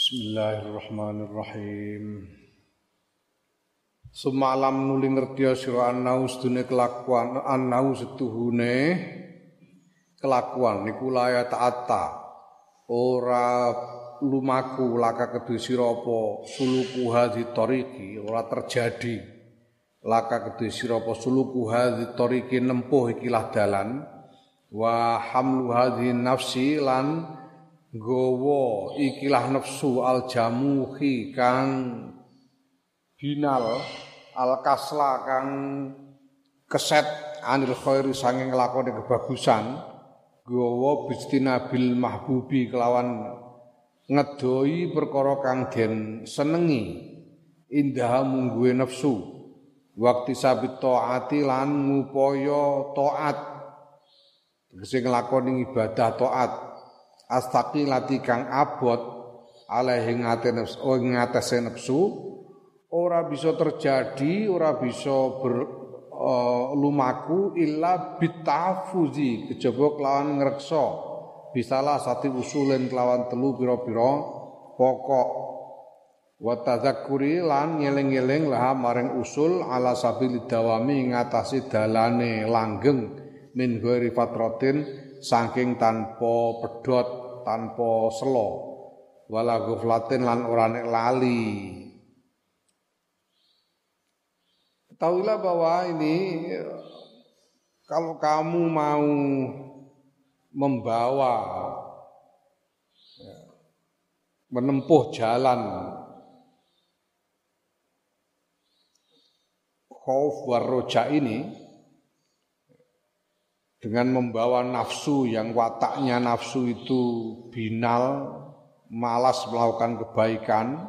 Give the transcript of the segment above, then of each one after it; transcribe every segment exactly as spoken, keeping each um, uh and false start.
Bismillahirrahmanirrahim. Semalam nuli ngertia sira anau sedune kelakuan anau setuhune kelakuan niku laya ta'ata ora lumaku laka kedue sira apa suluku hadhi tariqi ora terjadi laka kedue sira apa suluku hadhi tariqi nempuh ikilah dalan wa hamlu hadhi nafsi lan gowo ikilah nafsu al jamuhi kang binal al kasla kang keset anil khairi sanging nglakoni kebagusan gowo bistinabil mahbubi kelawan ngedoi perkara kang den senengi indah mungguhe nafsu waktu sabit taati lan ngupaya taat tegese nglakoni ibadah taat astaqilati kang abot alaihi ngatene oh ngatese nafsu ora bisa terjadi ora bisa ber uh, lumaku illa bitafuzi kejaba kelawan ngreksa bisalah sati usulen kelawan telu pira-pira pokok wa tadzakkuri lan ngeling-eling laha maring usul ala sabilid dawami ngatasi dalane langgeng min ghairi fatratin saking tanpa pedhot tanpa selo wala ghaflatin lan ora nek lali. Ketahuilah bahwa ini kalau kamu mau membawa ya, menempuh jalan khauf war roja ini dengan membawa nafsu yang wataknya nafsu itu binal, malas melakukan kebaikan,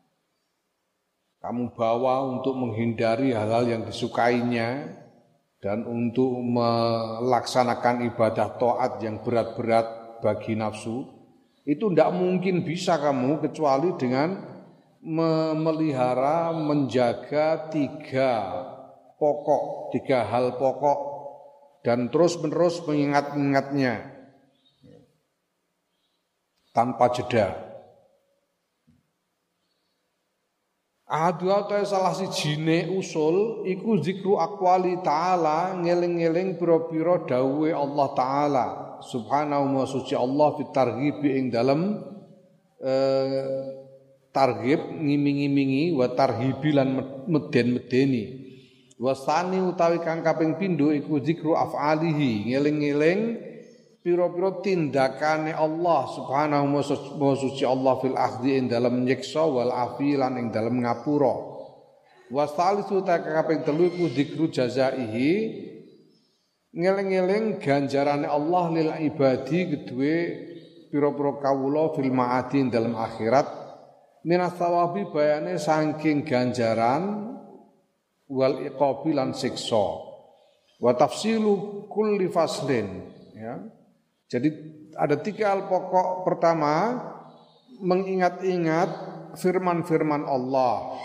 kamu bawa untuk menghindari hal-hal yang disukainya dan untuk melaksanakan ibadah taat yang berat-berat bagi nafsu, itu tidak mungkin bisa kamu kecuali dengan memelihara, menjaga tiga pokok, tiga hal pokok dan terus-menerus mengingat-ingatnya tanpa jeda. Ahadua ta salah sijine usul iku zikru aqwali ta'ala ngeling-eling pira-pira dawuhe Allah taala subhanahu wa suci Allah fit targhib ing dalem eh, targhib ngiming-imingi wa tarhibi lan meden-medeni. Wasani utawi kang kaping pindho iku zikru af'alihi ngeling-eling pira-pira tindakane Allah subhanahu wa suci Allah fil akhdhi ing dalem nyiksa wal afi lan ing dalem ngapura. Wasalisu ta kaping telu iku zikru jazaihi ngeling-eling ganjarane Allah lil ibadi kedue pira-pira kawula fil ma'adi ing dalem akhirat minas sawabi bayane saking ganjaran wal iqabi lan siksa wa tafsilu kulli faslin ya. Jadi ada tiga hal pokok. Pertama, mengingat-ingat firman-firman Allah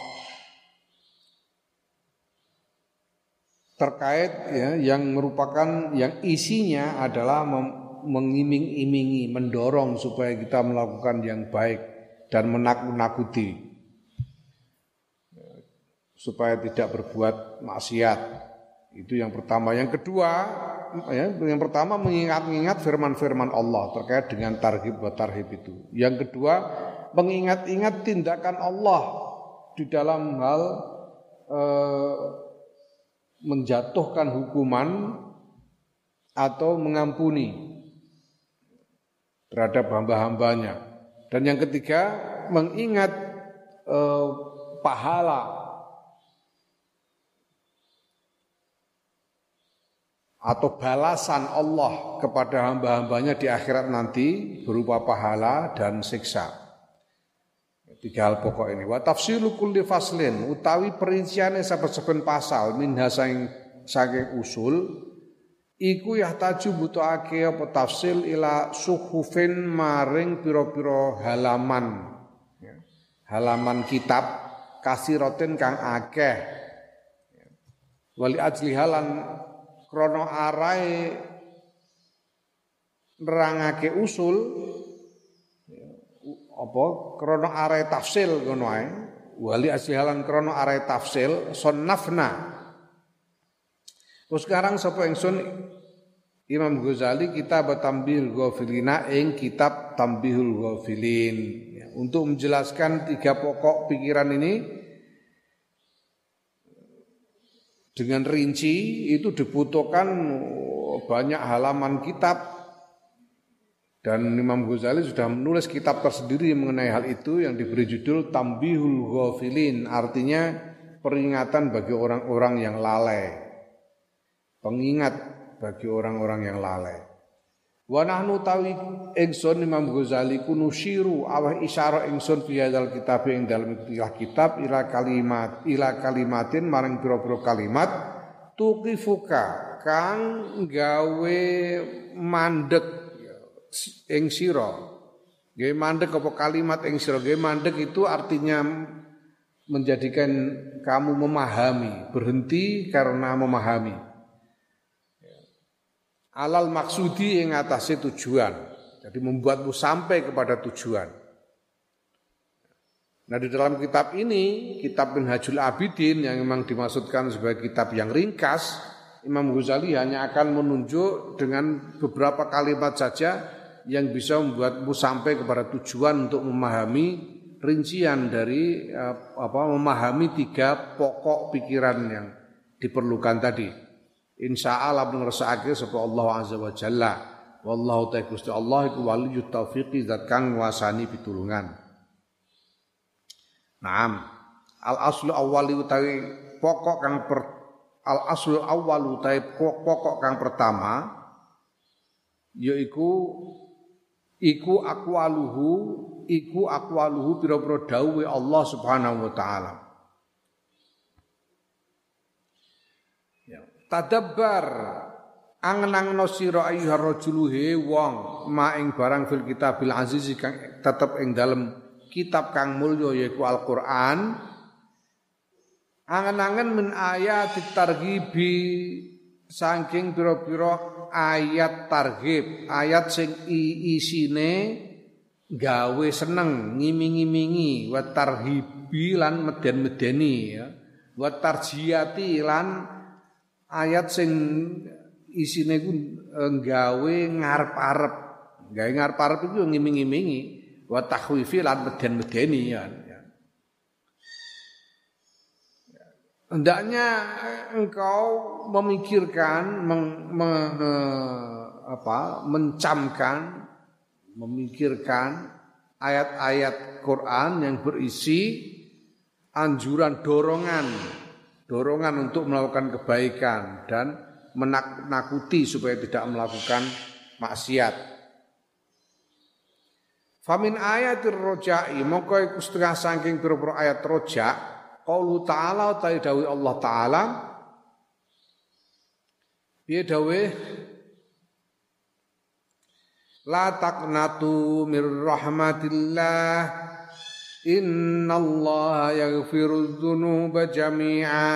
terkait ya, yang merupakan yang isinya adalah mengiming-imingi, mendorong supaya kita melakukan yang baik dan menakut-nakuti supaya tidak berbuat maksiat. Itu yang pertama. Yang kedua, ya, yang pertama mengingat-ingat firman-firman Allah terkait dengan targhib wa tarhib itu. Yang kedua, mengingat-ingat tindakan Allah di dalam hal eh, menjatuhkan hukuman atau mengampuni terhadap hamba-hambanya. Dan yang ketiga, mengingat eh, pahala atau balasan Allah kepada hamba-hambanya di akhirat nanti berupa pahala dan siksa. Tiga hal pokok ini. Wa tafsilu kulli faslin utawi perinciane saben-saben pasal minha saking usul iku yahtaju butuhake apa tafsil ila suhufin maring pira-pira halaman. Halaman kitab kasiratin kang akeh. Wali ajli halan krono arai nerangake usul apa krana are tafsil ngono ae wali aslihalan krana are tafsil sonnafna. Terus sekarang sapa ingsun Imam Ghazali kitab Tambihul Ghafilina ing kitab Tambihul Ghafilin ya, untuk menjelaskan tiga pokok pikiran ini dengan rinci itu dibutuhkan banyak halaman kitab dan Imam Ghazali sudah menulis kitab tersendiri mengenai hal itu yang diberi judul Tambihul Ghafilin, artinya peringatan bagi orang-orang yang lalai, pengingat bagi orang-orang yang lalai. Wa nahnu tawi ingsun Imam Ghazali kunu syiru aweh isyarah ingsun fi hadzal kitab ing dalem ikhtilah kitab ila kalimat ila kalimatin marang pira-pira kalimat tuqifuka kang gawe mandek ing sira. Gawe mandek apa kalimat ing sira? Gawe mandek itu artinya menjadikan kamu memahami, berhenti karena memahami. Alal maksudi yang atasnya tujuan. Jadi membuatmu sampai kepada tujuan. Nah di dalam kitab ini, kitab Minhajul Abidin yang memang dimaksudkan sebagai kitab yang ringkas, Imam Ghazali hanya akan menunjuk dengan beberapa kalimat saja yang bisa membuatmu sampai kepada tujuan untuk memahami rincian dari apa memahami tiga pokok pikiran yang diperlukan tadi. Insyaallah ngersakake sapa Allah azza wa jalla. Wallahu ta'ala Gusti Allah iku waliyut taufiqi zat kang nguasani pitulungan. Naam. Al aslu awwali utawi pokok kang per, al aslu awwal utawi pokok kang pertama yaiku iku aqwaluhu iku aqwaluhu pira-pira dawuhe Allah Subhanahu wa taala. Tadabbar angen-angeno sira ayyuhar rajulu he wong ma ing barang fil kitabil aziz kang tetep ing dalem kitab kang mulya yaiku Al-Qur'an. Angen-angen min ayat targhibi saking pira-pira ayat targhib, ayat sing isine gawe seneng, ngiming-ngimingi, wa tarhibi lan meden-medeni ya. Wa tarjiyati lan ayat sing isine ku nggawe ngarep-arep. Gawe ngarep-arep iku ngiming-ngimingi, wa takhwifi lan meden-medeni ya. Hendaknya engkau memikirkan meng, me, apa, mencamkan, memikirkan ayat-ayat Quran yang berisi anjuran dorongan dorongan untuk melakukan kebaikan dan menakuti supaya tidak melakukan maksiat. Famin ayatir roja'i mongko iku setengah saking pira-pira ayat roja' qaulu ta'ala ta dawuh Allah taala piye dawuh la taqnatu mir rahmatillah innallaha yaghfirudz dzunuba jami'a.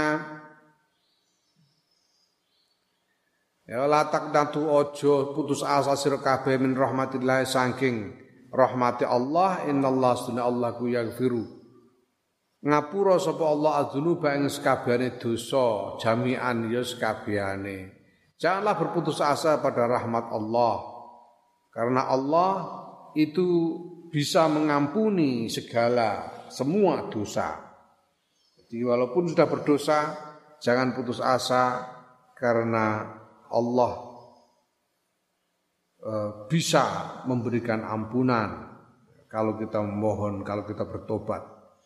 Ya la taqnatu ojo putus asa sira kabeh min rahmatillah saking rahmati Allah, innallaha sunna Allah ku yaghfiru ngapura sapa Allah adzunuba ing sakabehane dosa jami'an ya sakabehane. Janganlah berputus asa pada rahmat Allah karena Allah itu bisa mengampuni segala semua dosa. Jadi walaupun sudah berdosa jangan putus asa karena Allah bisa memberikan ampunan kalau kita memohon, kalau kita bertobat.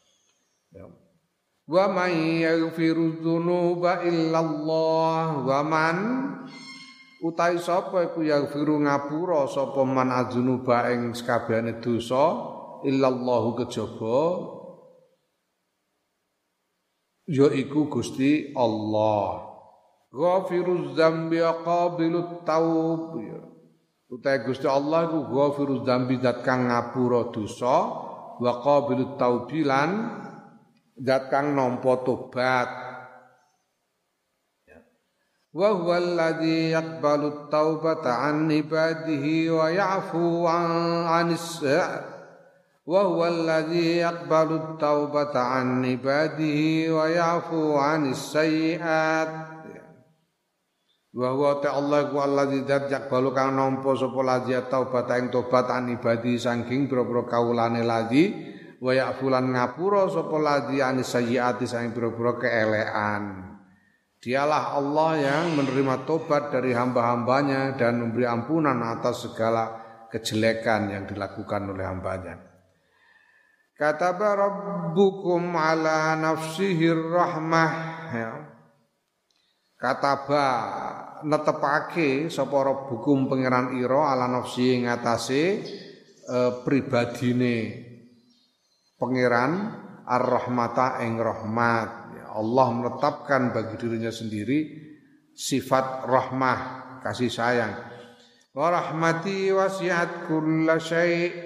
Wa may yaghfiru dzunuba illallah wa man utahe sapa iku yaghfiru ngapura sapa man adzunuba ing sakabehane dosa illallahu kejaba yaiku Gusti Allah. Ghafiruz dzambi qabilut taub. Utahe Gusti Allah iku ghafiruz dzambi zat kang ngapura dosa wa qabilut taubi lan zat kang nampa tobat. Wa huwal ladzi yaqbalut taubata an ibadihi wa ya'fu 'anis wa huwa alladzi yaqbalu at-taubata 'an ibadihi wa ya'fu 'anis sayyi'at. Wa huwa ta'ala ku alladzi yaqbalu kang nampa sapa ladzi taubat ing tobat 'an ibadi saking pira-pira kaulane ladzi wa ya'fu lan ngapura sapa ladzi 'anis sayyi'ati saking pira-pira keelekan. Dialah Allah yang menerima tobat dari hamba-hambanya dan memberi ampunan atas segala kejelekan yang dilakukan oleh hambanya. Kataba rabbukum ala nafsihir rahmah ya. Kataba netepake sapa rabbukum pangeran ira ala nafsi ing atase e, pribadine pangeran ar-rahmata ing rahmat ya. Allah menetapkan bagi dirinya sendiri sifat rahmah kasih sayang. Wa rahmati wasi'at kulla syai'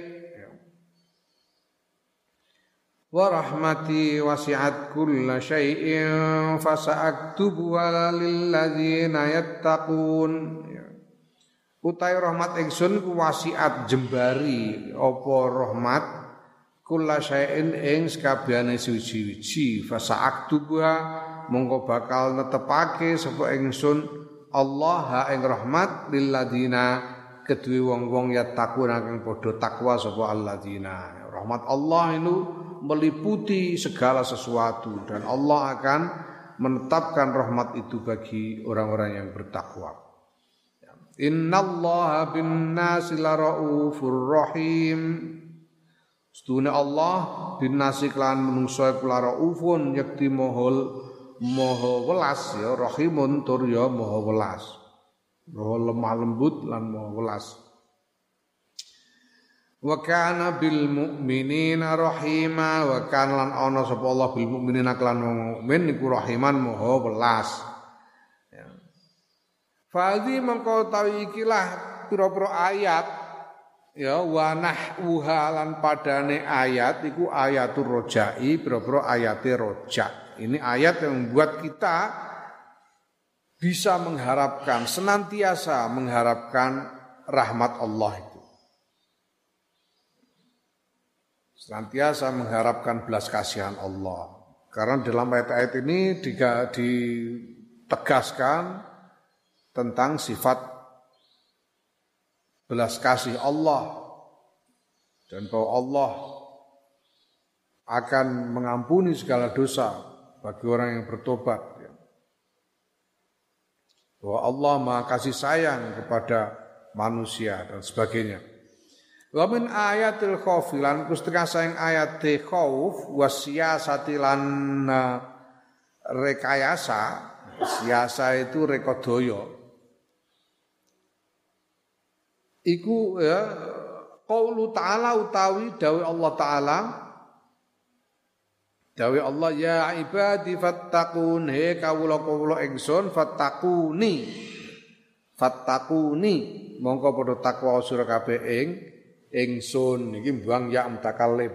wa rahmati wasi'at kulla syai'in fasa'aktubuha lil ladzina yattaqun. Utai rahmat ingsun ku wasi'at jembari apa rahmat kulla syai'in ing sakabehane suci-suci fasa'aktubuha mongko bakal netepake sapa ingsun Allah ha ing rahmat lil ladzina kedue wong-wong yattaqun kang padha takwa sapa alladzina. Rahmat Allah itu meliputi segala sesuatu dan Allah akan menetapkan rahmat itu bagi orang-orang yang bertakwa. Innallaha bin-nasi laraufur rahim. Setune Allah bin-nasi lan manungsa iku laraufun yakti mohol maha welas ya rahimun tur ya maha welas. Maha lemah lembut lan maha welas. Wa kana bil mu'minina rahima wa kana lan ana sapa Allah bil mu'minina lan mukmin iku rahiman maha welas ya. Fadhi mengko tawi ikilah pira-pira ayat ya wa nahwuha lan padane ayat iku ayatur rojai pira-pira ayate roja. Ini ayat yang membuat kita bisa mengharapkan senantiasa mengharapkan rahmat Allah itu. Senantiasa mengharapkan belas kasihan Allah. Karena dalam ayat-ayat ini ditegaskan tentang sifat belas kasih Allah dan bahwa Allah akan mengampuni segala dosa bagi orang yang bertobat. Bahwa Allah Maha kasih sayang kepada manusia dan sebagainya. Wa min ayatil khauf lan kustika saing ayat khauf wasiyasati lan rekayasa. Siasa itu rekodaya. Iku ya qaulu ta'ala utawi dawuh Allah taala dawuh Allah ya ibadi fattaqun he kawula-kawula ingsun fattaquni fattaquni mongko padha takwa sira kabeh ing ingsun iki mbuang ya mutakallim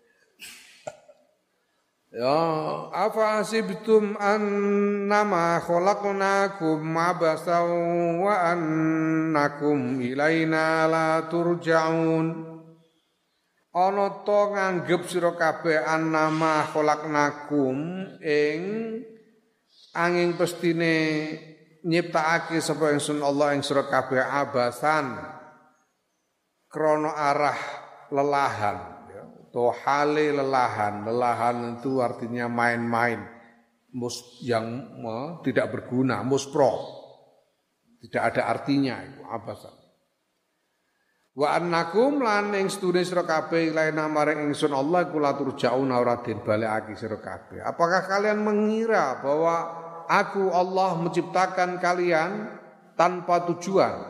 ya afa asibtum annama khalaqnakum abasan wa annakum ilaina la turja'un ana to nganggep sira kabeh annama khalaqnakum ing angin pestine nyiptakake sapa ingsun Allah ing sira kabeh abasan krana arah lelahan ya to hale lelahan lelahan itu artinya main-main mus yang uh, tidak berguna muspro tidak ada artinya itu abasan wa annakum lan ing sedune sira kabeh laina maring ingsun Allah kula turjauna ora den balekake sira kabeh apakah kalian mengira bahwa aku Allah menciptakan kalian tanpa tujuan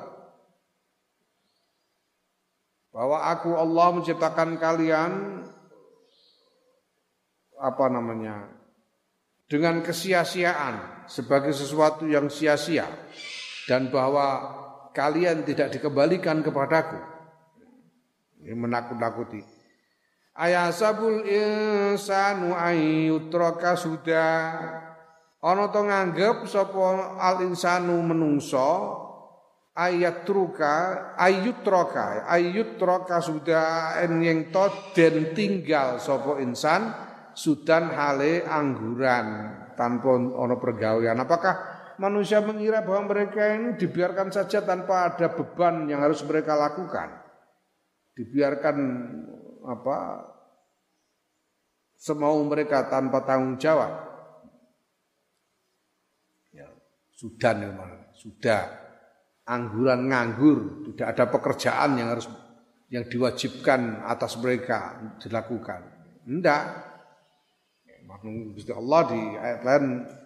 bahwa aku Allah menciptakan kalian apa namanya dengan kesia-siaan sebagai sesuatu yang sia-sia dan bahwa kalian tidak dikembalikan kepadaku. Ini menakut-nakuti. Ayasabul insanu ayyutraka sudah ana to nganggep sapa al insanu menungso ayat truka ayut troka ayut troka sudah yang to den tinggal sopo insan sudan hale angguran tanpa ono pergawean. Apakah manusia mengira bahwa mereka ini dibiarkan saja tanpa ada beban yang harus mereka lakukan, dibiarkan apa semau mereka tanpa tanggung jawab? Ya, sudah nih, sudah angguran nganggur, tidak ada pekerjaan yang harus yang diwajibkan atas mereka dilakukan. Enggak. Maksudnya Gusti Allah di ayat lain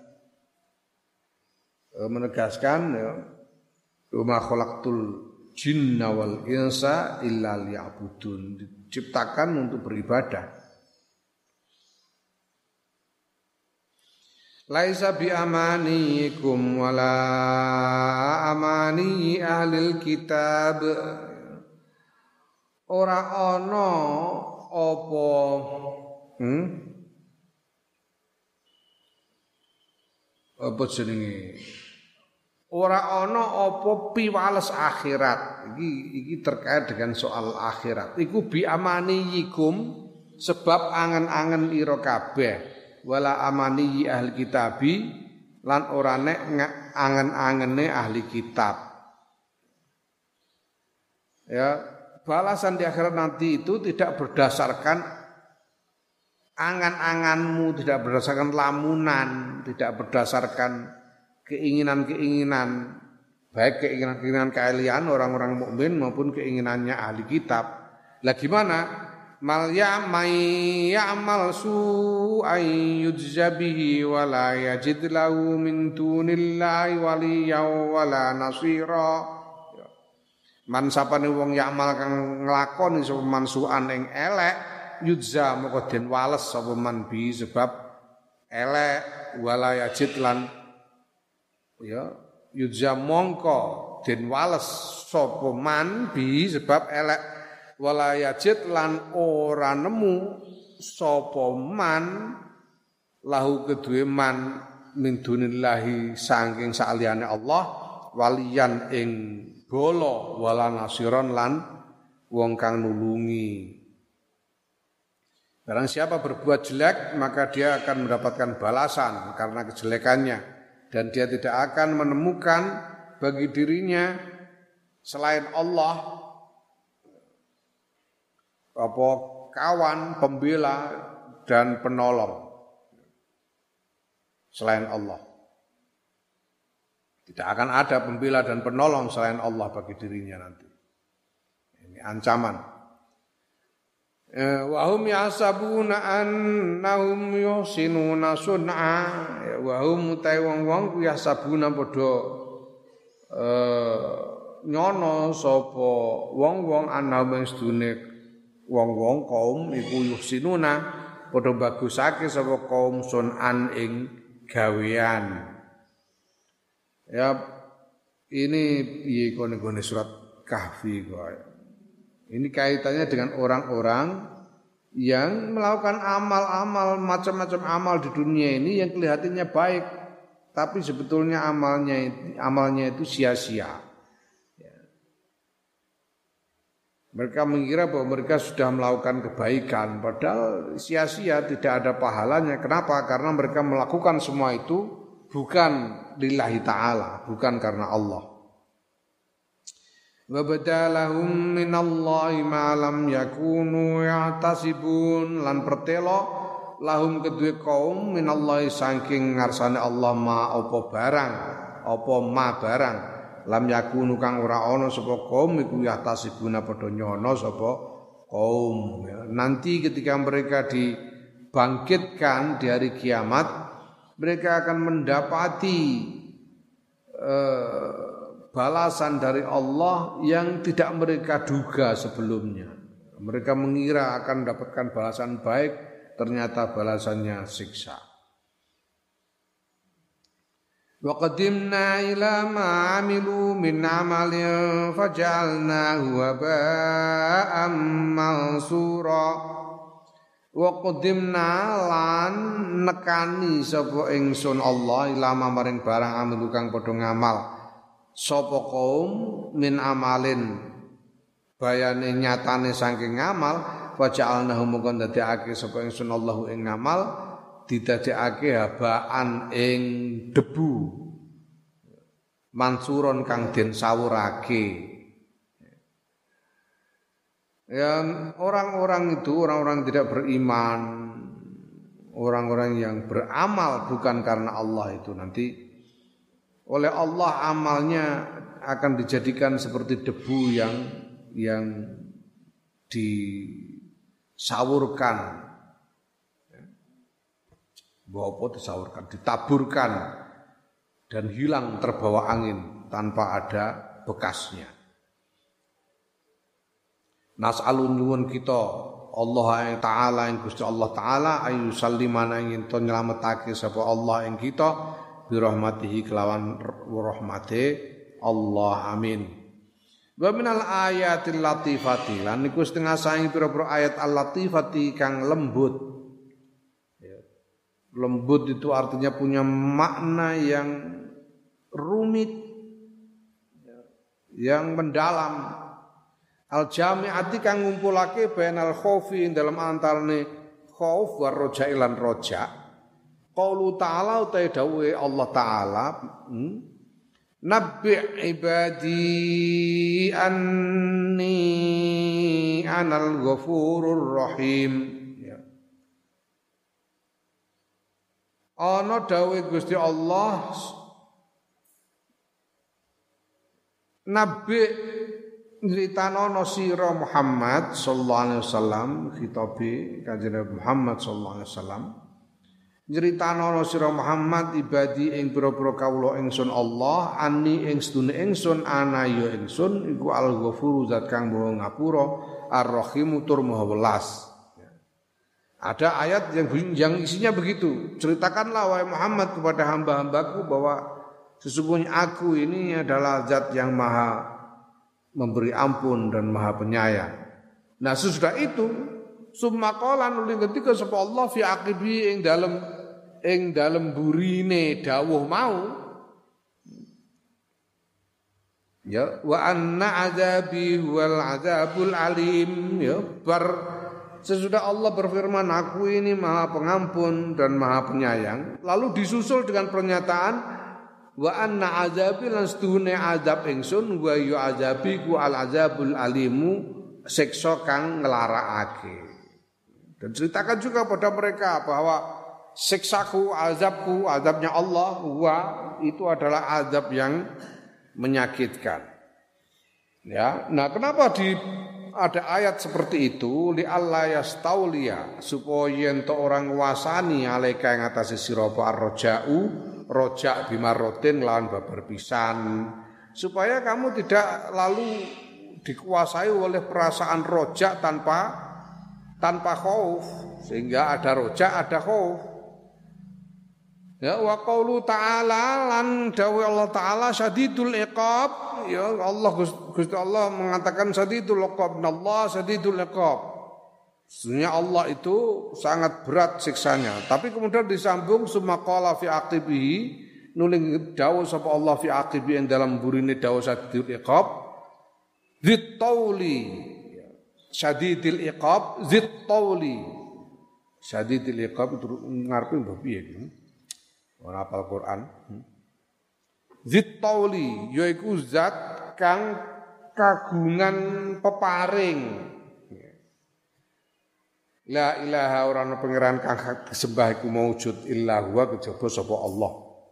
menegaskan wa ma khalaqtul jinna wal insa illa liya'budun, diciptakan untuk beribadah. Laisa bi amanikum wala amani ahlil kitab. Ora ana apa hmm? apa jenenge? Ora ana apa piwales akhirat. Iki iki terkait dengan soal akhirat. Iku bi amaniyikum sebab angen-angen ira kabeh. Wala amani ahli kitabi lan ora nek angen-angene ahli kitab. Ya, balasan di akhirat nanti itu tidak berdasarkan angan-anganmu, tidak berdasarkan lamunan, tidak berdasarkan keinginan-keinginan, baik keinginan-keinginan kalian orang-orang mukmin maupun keinginannya ahli kitab. Lah gimana? Mal ya may ya'mal su'an yujza bihi wa la yajid lahu min dunillahi waliyyan wala nasira. Man sapane wong ya'mal kang nglakoni sapa mansu'an ing elek yujza moko den wales sapa man bi sebab elek wala yajid lan ya yujza mongko den wales sapa man bi sebab elek wala yajid lan ora nemu sapa man lahu kedue man min dunillahi saking saliyane Allah waliyan ing bala wala nasiron lan wong kang nulungi. Barang siapa berbuat jelek maka dia akan mendapatkan balasan karena kejelekannya dan dia tidak akan menemukan bagi dirinya selain Allah apa kawan, pembela dan penolong selain Allah. Tidak akan ada pembela dan penolong selain Allah bagi dirinya nanti. Ini ancaman. Wa hum yasabuna annahum yuhsinuna sun'a. Wa hum utai wong-wong ku yasabuna padha eh nyono sapa wong-wong annahum sedune wong-wong kaum iku yuhsinuna padha bagusake sapa kaum sunan ing gawean. Ya ini piye kone-kone surat Kahfi kok. Ini kaitannya dengan orang-orang yang melakukan amal-amal macam-macam amal di dunia ini yang kelihatannya baik tapi sebetulnya amalnya amalnya itu sia-sia. Mereka mengira bahwa mereka sudah melakukan kebaikan, padahal sia-sia, tidak ada pahalanya. Kenapa? Karena mereka melakukan semua itu bukan lillahi ta'ala, bukan karena Allah. Wa badalahum minallahi ma lam yakunu ya'tasibun, lan pertelo lahum kedue kaum minallahi saking ngarsane Allah ma apa barang, apa ma barang. Lam yakunu kang ora ana sapa kaum iku yahtasibuna padha nyono sapa kaum. Nanti ketika mereka dibangkitkan di hari kiamat, mereka akan mendapati eh, balasan dari Allah yang tidak mereka duga sebelumnya. Mereka mengira akan mendapatkan balasan baik, ternyata balasannya siksa. Wa qadimna ila ma amilu min amalin faj'alnahu haba'an mansura. Wa qadimna lan nekani sapa ingsun Allah ila maring barang amilu kang padha ngamal sapa kaum min amalin bayane nyatane saking ngamal faja'alnahu mungkon dadekake sapa ingsun Allahu ing ngamal didadekake habaan ing debu mansuron kang den sawurake. Ya, orang-orang itu orang-orang tidak beriman, orang-orang yang beramal bukan karena Allah itu nanti oleh Allah amalnya akan dijadikan seperti debu yang yang disawurkan, bawa disawurkan, ditaburkan dan hilang terbawa angin tanpa ada bekasnya. Nas'alun nyuwun kita Allah Ta'ala yang Gusti Allah Ta'ala ayu sallimana ingin to nyelametake sapa Allah ing kita bi rahmatihi kelawan rahmate Allah amin. Wa minal ayatil latifati lan niku setengah saing pira-pira ayat al-latifati kang lembut. Lembut itu artinya punya makna yang rumit, yang mendalam. Al-jami'ati kang ngumpulake bainal khaufi dalam antarane khauf war roja lan roja. Qaulu ta'ala utai dawuhe Allah Ta'ala, hmm? Nabbi' ibadi anni anal ghafurur rahim. Ya. Ana dawuhe Gusti Allah, Nabbi' Nyeritanono sira Muhammad sallallahu alaihi wasallam khitabe Kanjeng Muhammad sallallahu alaihi wasallam nyeritanono sira Muhammad ibadi ing pira-pira kawula ingsun Allah ani ing sedune ingsun ana ya ingsun iku al-ghafuru zat kang maha ngapura ar-rahim tur maha welas. Ada ayat yang yang isinya begitu, ceritakanlah wahai Muhammad kepada hamba-hambaku bahwa sesungguhnya aku ini adalah zat yang maha memberi ampun dan maha penyayang. Nah sesudah itu summa qala nuli ketika sapa Allah fi aqibi ing dalem ing dalem burine dawuh mau ya wa anna azabi wal azabul alim ya bar sesudah Allah berfirman aku ini maha pengampun dan maha penyayang lalu disusul dengan pernyataan wa anna azabi lan setuhune azab ingsun wa yu azabi ku al azabul alimu siksa kang nglarakake. Dan ceritakan juga pada mereka bahwa siksaku azabku azabnya Allah wa itu adalah azab yang menyakitkan. Ya, nah kenapa di ada ayat seperti itu li alla yastauliya supaya ento orang wasani alaika ing atase sira ar-raja'u rojak bimarotin lawan babar pisan supaya kamu tidak lalu dikuasai oleh perasaan rojak tanpa tanpa khauf sehingga ada rojak ada khauf. Ya wa qaulu ta'ala lan dawuh Allah Ta'ala syadidul iqab ya Allah Gusti Allah mengatakan syadidul iqab Allah syadidul iqab. Sebenarnya Allah itu sangat berat siksanya. Tapi kemudian disambung summa qala fi aqibihi nuling dawuh sapa Allah fi aqibi yang dalam burine dawuh sadidul iqab zit tauli sadidul iqab zit tauli sadidul iqab itu ngarepe mbah piye iki ora hafal Quran zit tauli yaiku zat kang kagungan peparing. La ilaha ora ana pangeran kang disembah iku maujud illa huwa kejaba sapa Allah.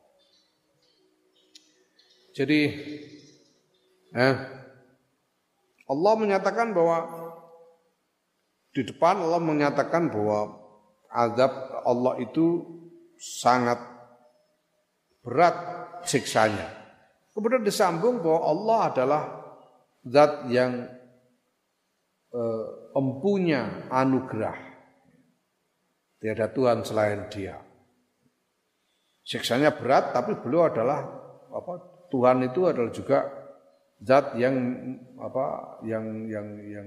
Jadi eh, Allah menyatakan bahwa di depan Allah menyatakan bahwa azab Allah itu sangat berat siksanya. Kemudian disambung bahwa Allah adalah zat yang eh, empunya anugerah. Tiada Tuhan selain Dia. Siksanya berat, tapi beliau adalah apa? Tuhan itu adalah juga zat yang apa? Yang yang yang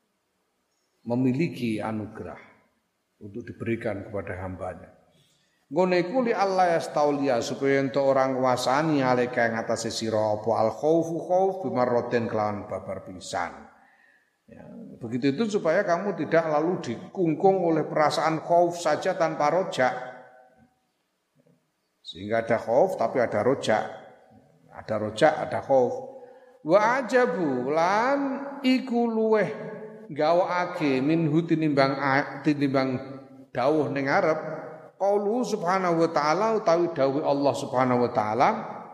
memiliki anugerah untuk diberikan kepada hambanya. Ngene iku li Allah yastauliya supaya ento orang nguasani aleka ing atase sira apa al khaufu khauf bimarratin kelawan babar pisan. Ya, begitu itu supaya kamu tidak lalu dikungkung oleh perasaan khauf saja tanpa rojak. Sehingga ada khauf tapi ada rojak. Ada rojak, ada khauf. Wa ajabu lan iku luweh gawake minhu tinimbang tinimbang dawuh ning arep qaulu subhanahu wa ta'ala utawi dawuh Allah subhanahu wa ta'ala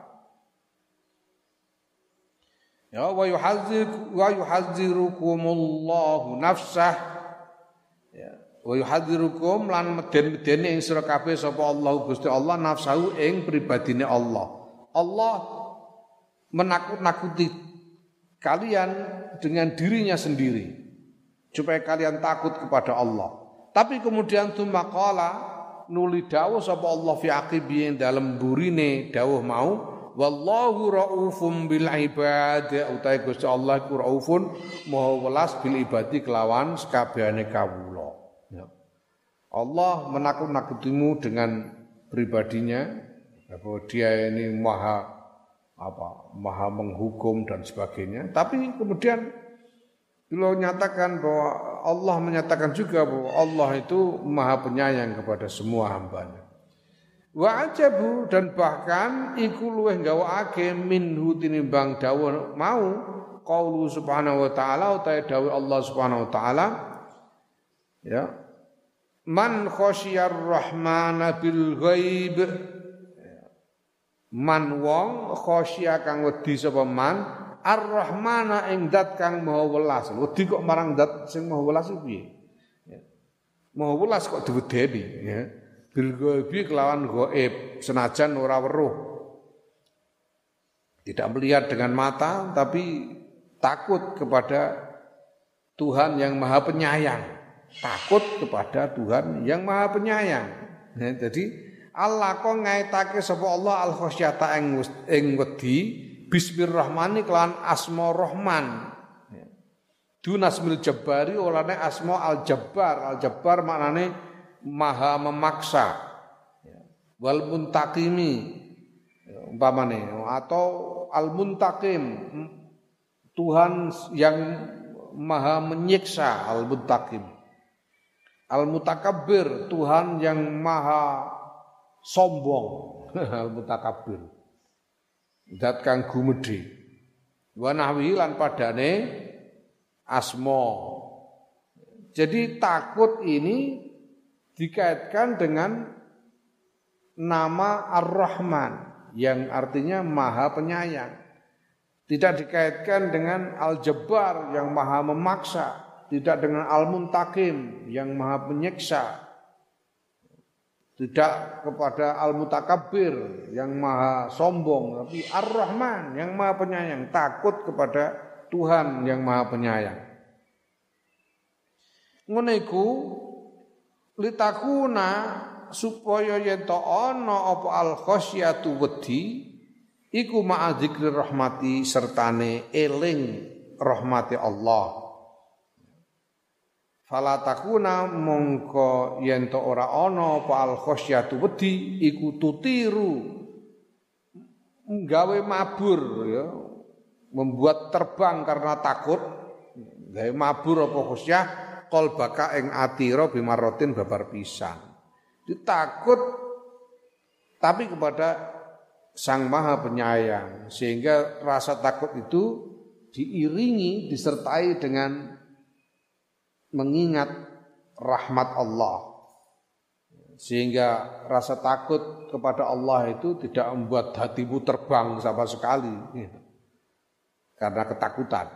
ya wa yuhadzir wa yuhadzirukumullahu nafsah ya wa yuhadzirukum lan meden-medeni ing sira kabeh sapa Allah Gusti Allah nafsahu ing pribadine Allah Allah menakut-nakuti kalian dengan dirinya sendiri supaya kalian takut kepada Allah. Tapi kemudian tsumma qala nuli dawuh sapa Allah fi aqibi dalam burine dawuh mau wallahu raufum bil ibad utahe Gusti Allah iku raufun maha welas bil ibadi kelawan sakabehane kawula. Ya. Allah menakut-nakutimu dengan pribadinya bahwa dia ini maha apa maha menghukum dan sebagainya, tapi kemudian beliau nyatakan bahwa Allah menyatakan juga bahwa Allah itu maha penyayang kepada semua hambanya. Wa ajabu dan bahkan iku luweh gawake minhu tinimbang dawuh mau qaulu subhanahu wa ta'ala utahe dawuh Allah subhanahu wa ta'ala ya man khasyiyar rahmana bil ghaib man wong khosya kang wedi sapa man ar-rahmana ing zat kang maha welas wedi kok marang zat sing maha welas iki piye ya maha welas kok diwedeni ya bil ghaibi kelawan gaib senajan ora weruh tidak melihat dengan mata tapi takut kepada Tuhan yang maha penyayang takut kepada Tuhan yang maha penyayang ya, jadi Allah kok ngaitake sapa Allah al-khasyata ing ing wedi bismillahirrahmanirrahim kelawan asma Rahman. Dunasmil Jabbari olane asma Al-Jabbar. Al-Jabbar maknane maha memaksa. Wal muntaqimi umpamane atau al-muntaqim Tuhan yang maha menyiksa al-muntaqim. Al-mutakabbir Tuhan yang maha sombong al-mutakabbir zat kang gumedhe wa nahwi lan padane asma jadi takut ini dikaitkan dengan nama Ar-Rahman yang artinya maha penyayang tidak dikaitkan dengan Al-Jabbar yang maha memaksa tidak dengan Al-Muntaqim yang maha penyiksa tidak kepada Al-Mutakabbir yang maha sombong, tapi Ar-Rahman yang maha penyayang, takut kepada Tuhan yang maha penyayang. Ngono iku litakuna supaya yen to ana apa al-khasyatu wedi iku ma'a dzikri rahmati sertane eling rahmati Allah. Fala takuna mongko yen to ora ana apa al khasyatu wedi iku tutiru nggawe mabur ya membuat terbang karena takut gawe mabur apa khasyah qalbaka ing atira bimarotin babar pisan ditakut tapi kepada Sang Maha Penyayang sehingga rasa takut itu diiringi disertai dengan mengingat rahmat Allah sehingga rasa takut kepada Allah itu tidak membuat hatimu terbang sama sekali karena ketakutan.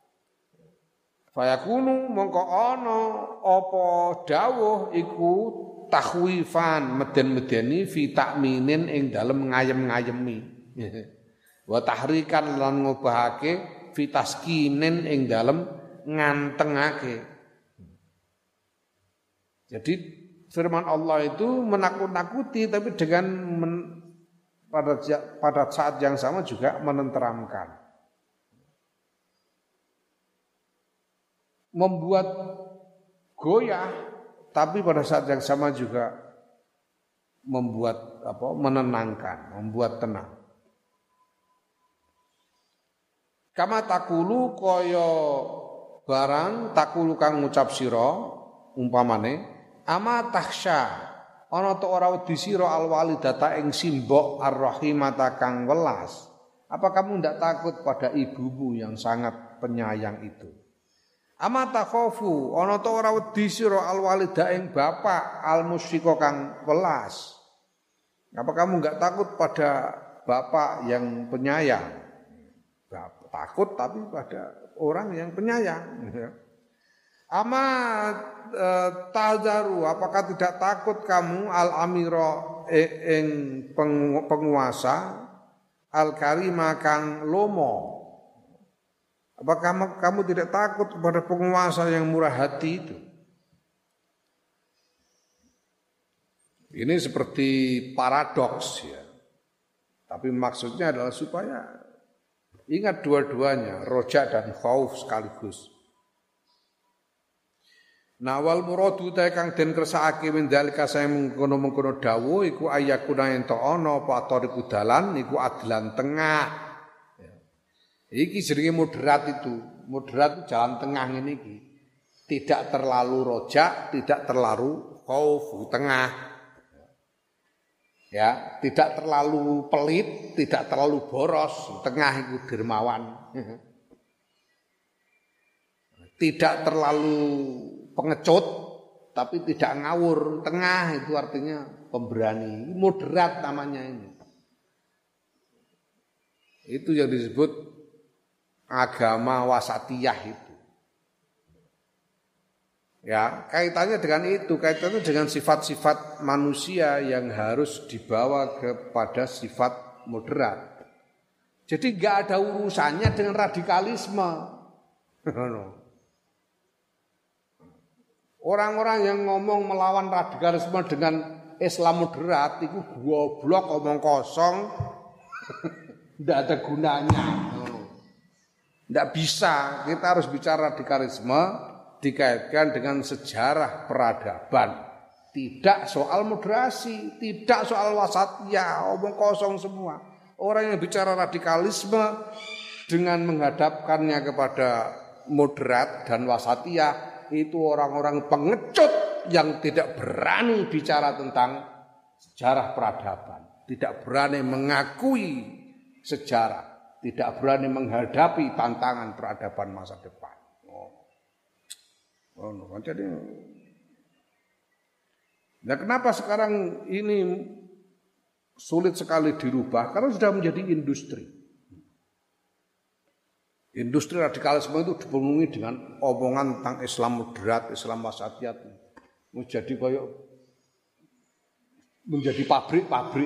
Fayakunu mongko ana apa dawuh iku takhwifan meden-medeni fi takminin ing dalem ngayem-ngayemi wa tahrikan lan ngobahake fi taskinin ing dalem ngantengake. Jadi firman Allah itu menakut-nakuti tapi dengan men, pada pada saat yang sama juga menenteramkan. Membuat goyah tapi pada saat yang sama juga membuat apa? Menenangkan, membuat tenang. Kama takulu kaya barang takulu kang ngucap sira umpamane ama tahsya ana ta ora wedi sira alwalidata ing simbok arrahimata kang welas. Apa kamu tidak takut pada ibumu yang sangat penyayang itu? Ama takhafu ana ta ora wedi sira alwalida ing bapak almusyqa kang welas. Apa kamu enggak takut pada bapak yang penyayang? Bapak, takut tapi pada orang yang penyayang. Ama e, tazaru apakah tidak takut kamu al-amira ing peng, penguasa al-karima kang lomo? Apakah kamu, kamu tidak takut kepada penguasa yang murah hati itu? Ini seperti paradoks ya. Tapi maksudnya adalah supaya ingat dua-duanya, roja dan khauf sekaligus. Nah wal muradu ta kang den kersakake mendalika saya mengkono-mengkono dawuh iku ayakuna ento ana apa tariku dalan iku adlan tengah. Ya. Iki jenenge moderat itu. Moderat itu jalan tengah ngene iki. Tidak terlalu rojak, tidak terlalu khauf, tengah. Ya, tidak terlalu pelit, tidak terlalu boros, tengah itu dermawan. Tidak terlalu pengecut, tapi tidak ngawur, tengah itu artinya pemberani, moderat namanya ini. Itu yang disebut agama wasatiyah itu. Ya, kaitannya dengan itu, kaitannya dengan sifat-sifat manusia yang harus dibawa kepada sifat moderat. Jadi enggak ada urusannya dengan radikalisme. Orang-orang yang ngomong melawan radikalisme dengan Islam moderat itu goblok, omong kosong. Enggak ada gunanya. Enggak bisa, kita harus bicara radikalisme dikaitkan dengan sejarah peradaban. Tidak soal moderasi, tidak soal wasatiyah, omong kosong semua. Orang yang bicara radikalisme dengan menghadapkannya kepada moderat dan wasatiyah itu orang-orang pengecut yang tidak berani bicara tentang sejarah peradaban, tidak berani mengakui sejarah, tidak berani menghadapi tantangan peradaban masa depan. Oh, no. Jadi, nah kenapa sekarang ini sulit sekali dirubah? Karena sudah menjadi industri. Industri radikalisme itu dipenuhi dengan omongan tentang Islam moderat, Islam wasatiyah. Menjadi kayak menjadi pabrik-pabrik.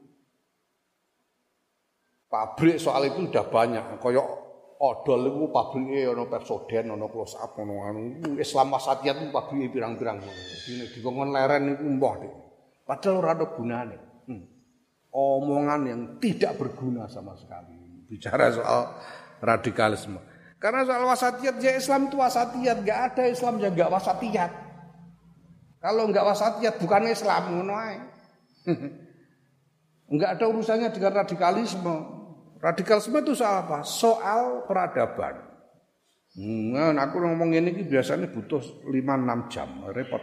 Pabrik soal itu sudah banyak. Kayak odol itu pabrike ana Persoden, ana Close Up, ana anu Islam wasatiyah itu pabrike pirang-pirang. Dene dikon leren niku mbah dik. Padahal ora ada gunane. Hmm. Omongan yang tidak berguna sama sekali bicara soal radikalisme. Karena soal wasatiyat ya Islam itu wasatiyat, enggak ada Islam yang enggak wasatiyat. Kalau enggak wasatiyat bukan Islam ngono ae. Enggak ada urusannya dengan radikalisme. Radikalisme itu soal apa? Soal peradaban. Nah, aku ngomong ini biasanya butuh lima enam jam, repot.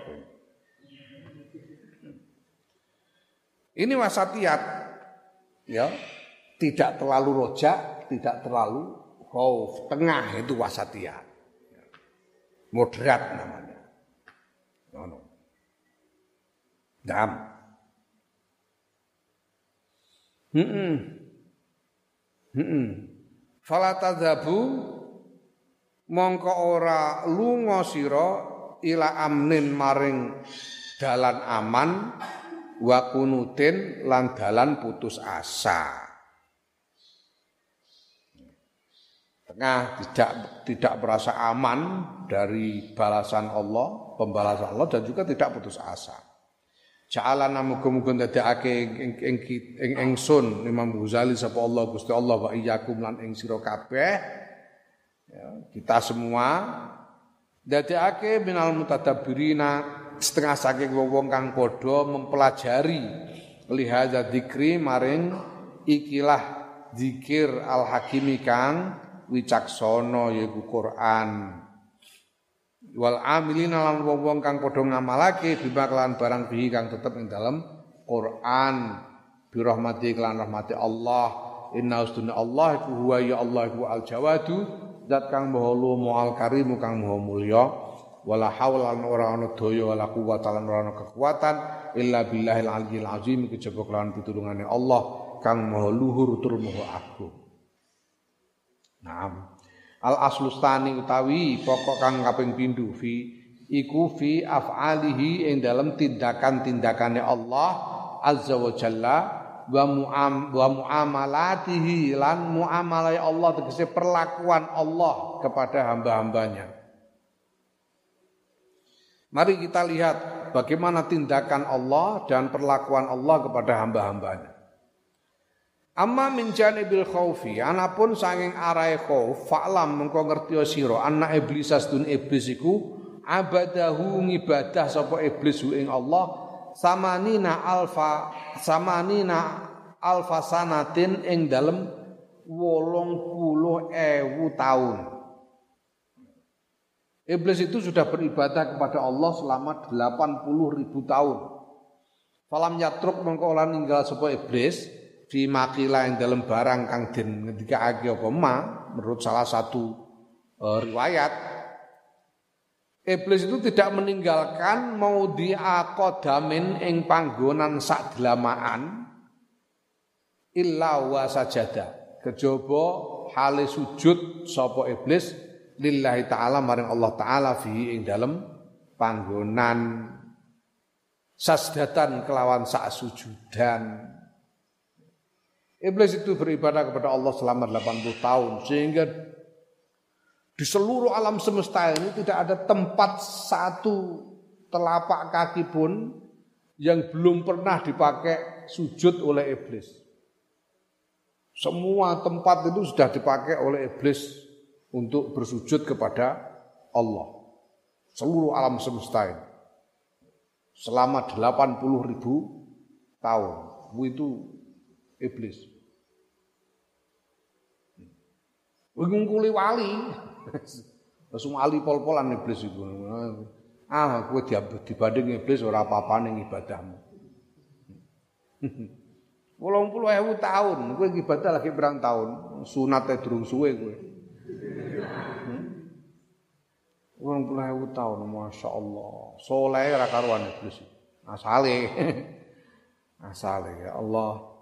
Ini wasatiyat, ya, tidak terlalu rojak, tidak terlalu khauf, tengah itu wasatiyat, moderat namanya. No, no. Dam. Hmm. Hmm. Fala tadhabu mongko ora lunga sira ila amnin maring dalan aman wa kunutin lan dalan putus asa. Tengah tidak tidak merasa aman dari balasan Allah, pembalasan Allah dan juga tidak putus asa. Ja'alana muga-muga ndadekake ing ing ing ingsun Imam Ghazali sapa Allah Gusti Allah wa iyyakum lan ing sira kabeh ya, kita semua ndadekake minal mutadabbirina setengah saking wong kang padha mempelajari lihadza dzikri maring ikilah zikir al hakimi kang wicaksana yaiku Quran. Wal amilina lan wong-wong kang padha ngamalake bima kelan barang bihi kang tetep ing dalem Quran bi rahmati kelan rahmati Allah. Inna ustunna Allah iku huwa ya Allah iku al jawadu zat kang maha lumu al karimu kang maha mulya wala haula lan ora ana daya wala quwata lan ora ana kekuatan illa billahil aliyil azim kejaba kelawan pitulungane Allah kang maha luhur tur maha agung. Naam. Al aslustani utawi pokok kang kaping pindho fi iku fi af'alihi ing dalam tindakan-tindakane Allah azza wa jalla wa muam wa muamalatihi lan muamalai Allah tegese perlakuan Allah kepada hamba-hambanya. Mari kita lihat bagaimana tindakan Allah dan perlakuan Allah kepada hamba-hambanya. Amma min janibil khaufi anapun sanging arahe khauf fa'lam mengko ngerti sira anna iblis astun iblis iku abadahu ngibadah sapa iblis ing Allah samanina alfa samanina alfa sanatin ing dalem wolung puluh ewu tahun. Iblis itu sudah beribadah kepada Allah selama delapan puluh ribu tahun. Falam yatruk mengko ora ninggal sapa iblis di makila ing dalem barang kang den ngendikake apa ma menurut salah satu e, riwayat iblis itu tidak meninggalkan maudhi'a qadamin ing panggonan sakdelamaan illa wa sajada kejaba hale sujud sapa iblis lillahi taala maring Allah taala fi ing dalem panggonan sasdatan kelawan sak sujudan. Iblis itu beribadah kepada Allah selama delapan puluh tahun sehingga di seluruh alam semesta ini tidak ada tempat satu telapak kaki pun yang belum pernah dipakai sujud oleh iblis. Semua tempat itu sudah dipakai oleh iblis untuk bersujud kepada Allah. Seluruh alam semesta ini. Selama delapan puluh ribu tahun. Itu iblis. Ngungkuli wali. Semua wali pol-polan iblis itu. Ah, kowe dibanding iblis ora apa-apane ibadahmu. wolung puluh ribu tahun, kowe ibadah lagi berang tahun, sunate durung suwe kowe. wolung puluh ribu tahun, masyaallah. Saleh ora karuan iblis. Asale. Asale ya Allah.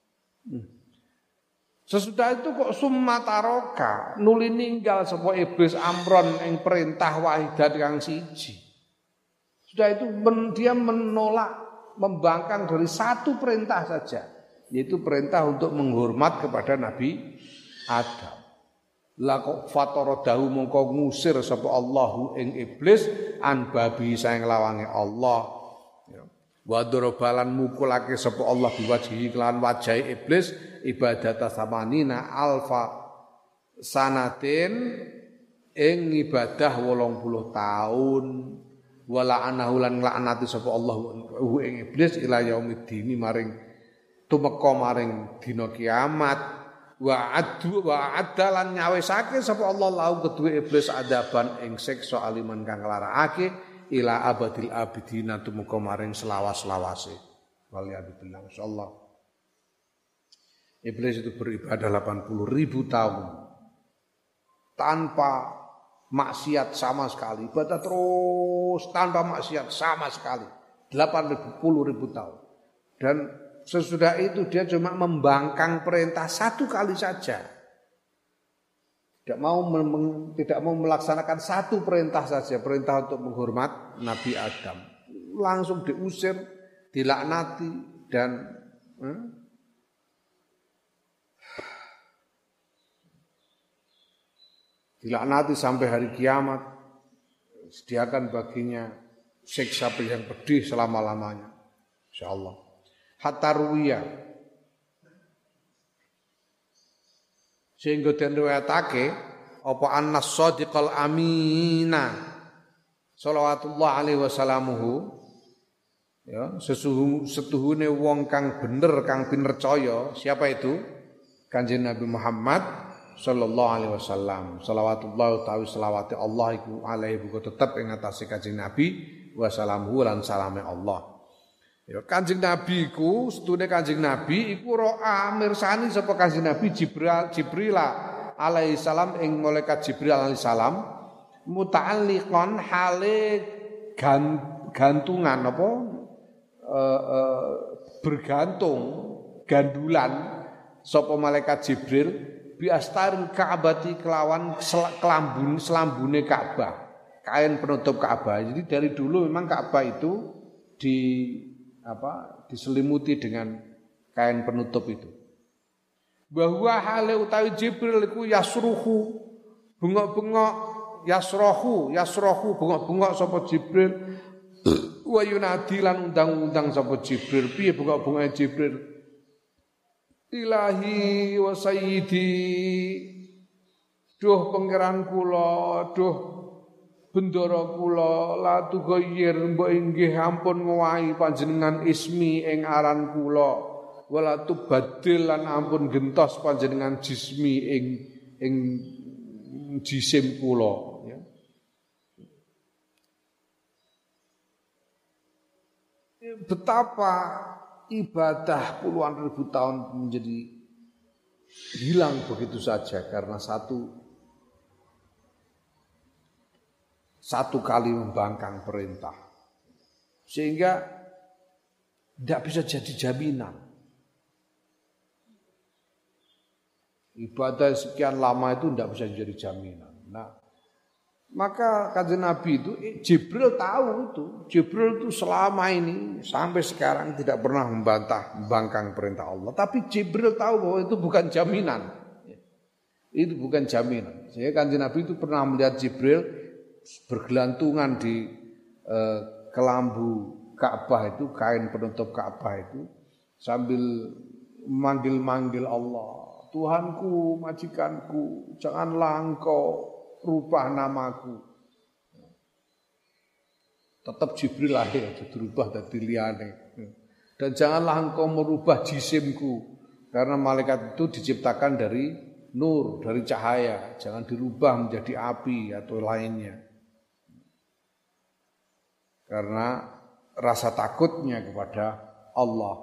Sesudah itu kok summa taroka nuli ninggal sapa iblis amron ing perintah wahidat kang siji. Sudah itu men, dia menolak membangkang dari satu perintah saja, yaitu perintah untuk menghormat kepada Nabi Adam. La kok fataradahu mongko ngusir sapa Allahu ing iblis an babi saeng lawange Allah. Wa dorobalan mukulake sapa Allah biwajhi kelan wajahe iblis ibadata samanina alfa sanatin ing ibadah wolung puluh tahun wala anahu lan laknati sapa Allah ing iblis ila yaumiddin maring tumeka maring dina kiamat wa adu wa adalan nyawisake sapa Allah lau kedue iblis adaban ing siksa aliman kang nglarakake ila abadil abidina tumeka maring selawas-lawase. Waliyadzubillah insyaallah. Iblis itu beribadah delapan puluh ribu tahun tanpa maksiat sama sekali. Ibadah terus tanpa maksiat sama sekali. delapan puluh ribu tahun. Dan sesudah itu dia cuma membangkang perintah satu kali saja. Tidak mau tidak mau melaksanakan satu perintah saja, perintah untuk menghormat Nabi Adam. Langsung diusir, dilaknati dan hmm, dilaknati sampai hari kiamat. Sediakan baginya siksa yang pedih selama-lamanya. Insyaallah. Hatta ruwiya sehingga den riwayatake apa annas shadiqal amina salawatullah alaihi wasallamuhu Ya, sesuhu setuhune wong kang bener kang pinercaya, siapa itu? Kanjeng Nabi Muhammad sallallahu alaihi wasallam. Shalawatullah utawi selawate Allah iku alaihi buku tetep ing atase Kanjeng Nabi wa salamuhu lan salame Allah. Ya Kanjeng Nabi iku setune Kanjeng Nabi iku ro'a mirsani sapa Kanjeng Nabi Jibril Jibril alaihi salam ing malaikat Jibril alaihi salam muta'alliqan hale gantungan apa Uh, uh, bergantung gandulan sapa malaikat Jibril bi astaril Ka'bati kelawan kelambun selambune Ka'bah, kain penutup Ka'bah. Jadi dari dulu memang Ka'bah itu di apa diselimuti dengan kain penutup itu. Bahwa hale utawi Jibril iku yasruhu bengok-bengok yasrohu yasrohu bengok-bengok sapa Jibril wa yunadi lan undang-undang sapa Jibril. Piye bunga-bunga Jibril? Ilahi wa sayyidi, duh pangeran kula, duh bendara kula, la tughayyir mbok inggih ampun ngowahi panjenengan ismi ing aran kula, wala tubadil lan ampun gentos panjenengan jismi ing ing jisim kula. Betapa ibadah puluhan ribu tahun menjadi hilang begitu saja karena satu satu kali membangkang perintah, sehingga tidak bisa jadi jaminan. Ibadah sekian lama itu tidak bisa jadi jaminan. Nah, maka kanjeng Nabi itu Jibril tahu itu. Jibril itu selama ini sampai sekarang tidak pernah membantah membangkang perintah Allah. Tapi Jibril tahu bahwa itu bukan jaminan. Itu bukan jaminan. Sehingga kanjeng Nabi itu pernah melihat Jibril bergelantungan di eh, kelambu Ka'bah itu, kain penutup Ka'bah itu, sambil manggil-manggil Allah. Tuhanku, majikanku, janganlah engkau rubah namaku. Tetap Jibril lahir dirubah dadi liyane. Dan janganlah engkau merubah jisimku, karena malaikat itu diciptakan dari nur, dari cahaya. Jangan dirubah menjadi api atau lainnya. Karena rasa takutnya kepada Allah.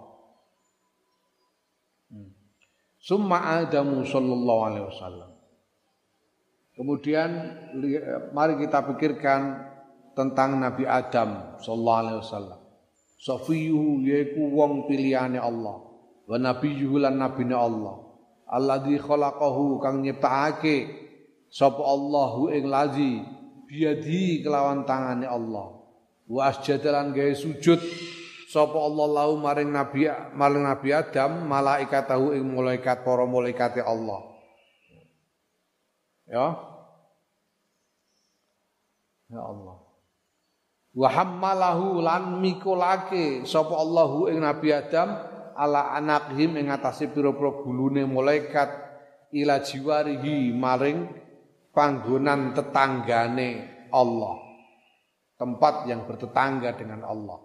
Summa Adamu sallallahu alaihi wasallam. Kemudian mari kita pikirkan tentang Nabi Adam sallallahu alaihi wasallam. Safiyuhu yaiku wong pilihane Allah, wa nabiyuhu lan nabine Allah. Alladzi khalaqahu kang nyiptakake sapa Allahu ing lazi biadi kelawan tangane Allah. Wa asjadalan gawe sujud sapa Allah lahu maring Nabi maring Nabi Adam malaikatahu ing malaikat para malaikate Allah. Ya. Ya Allah. Wa hammalahu lan mikulake sapa Allahu ing Nabi Adam ala anaqhim ing atase pira-pira gulune malaikat ila jiwarihi maring panggonan tetanggane Allah. Tempat yang bertetangga dengan Allah.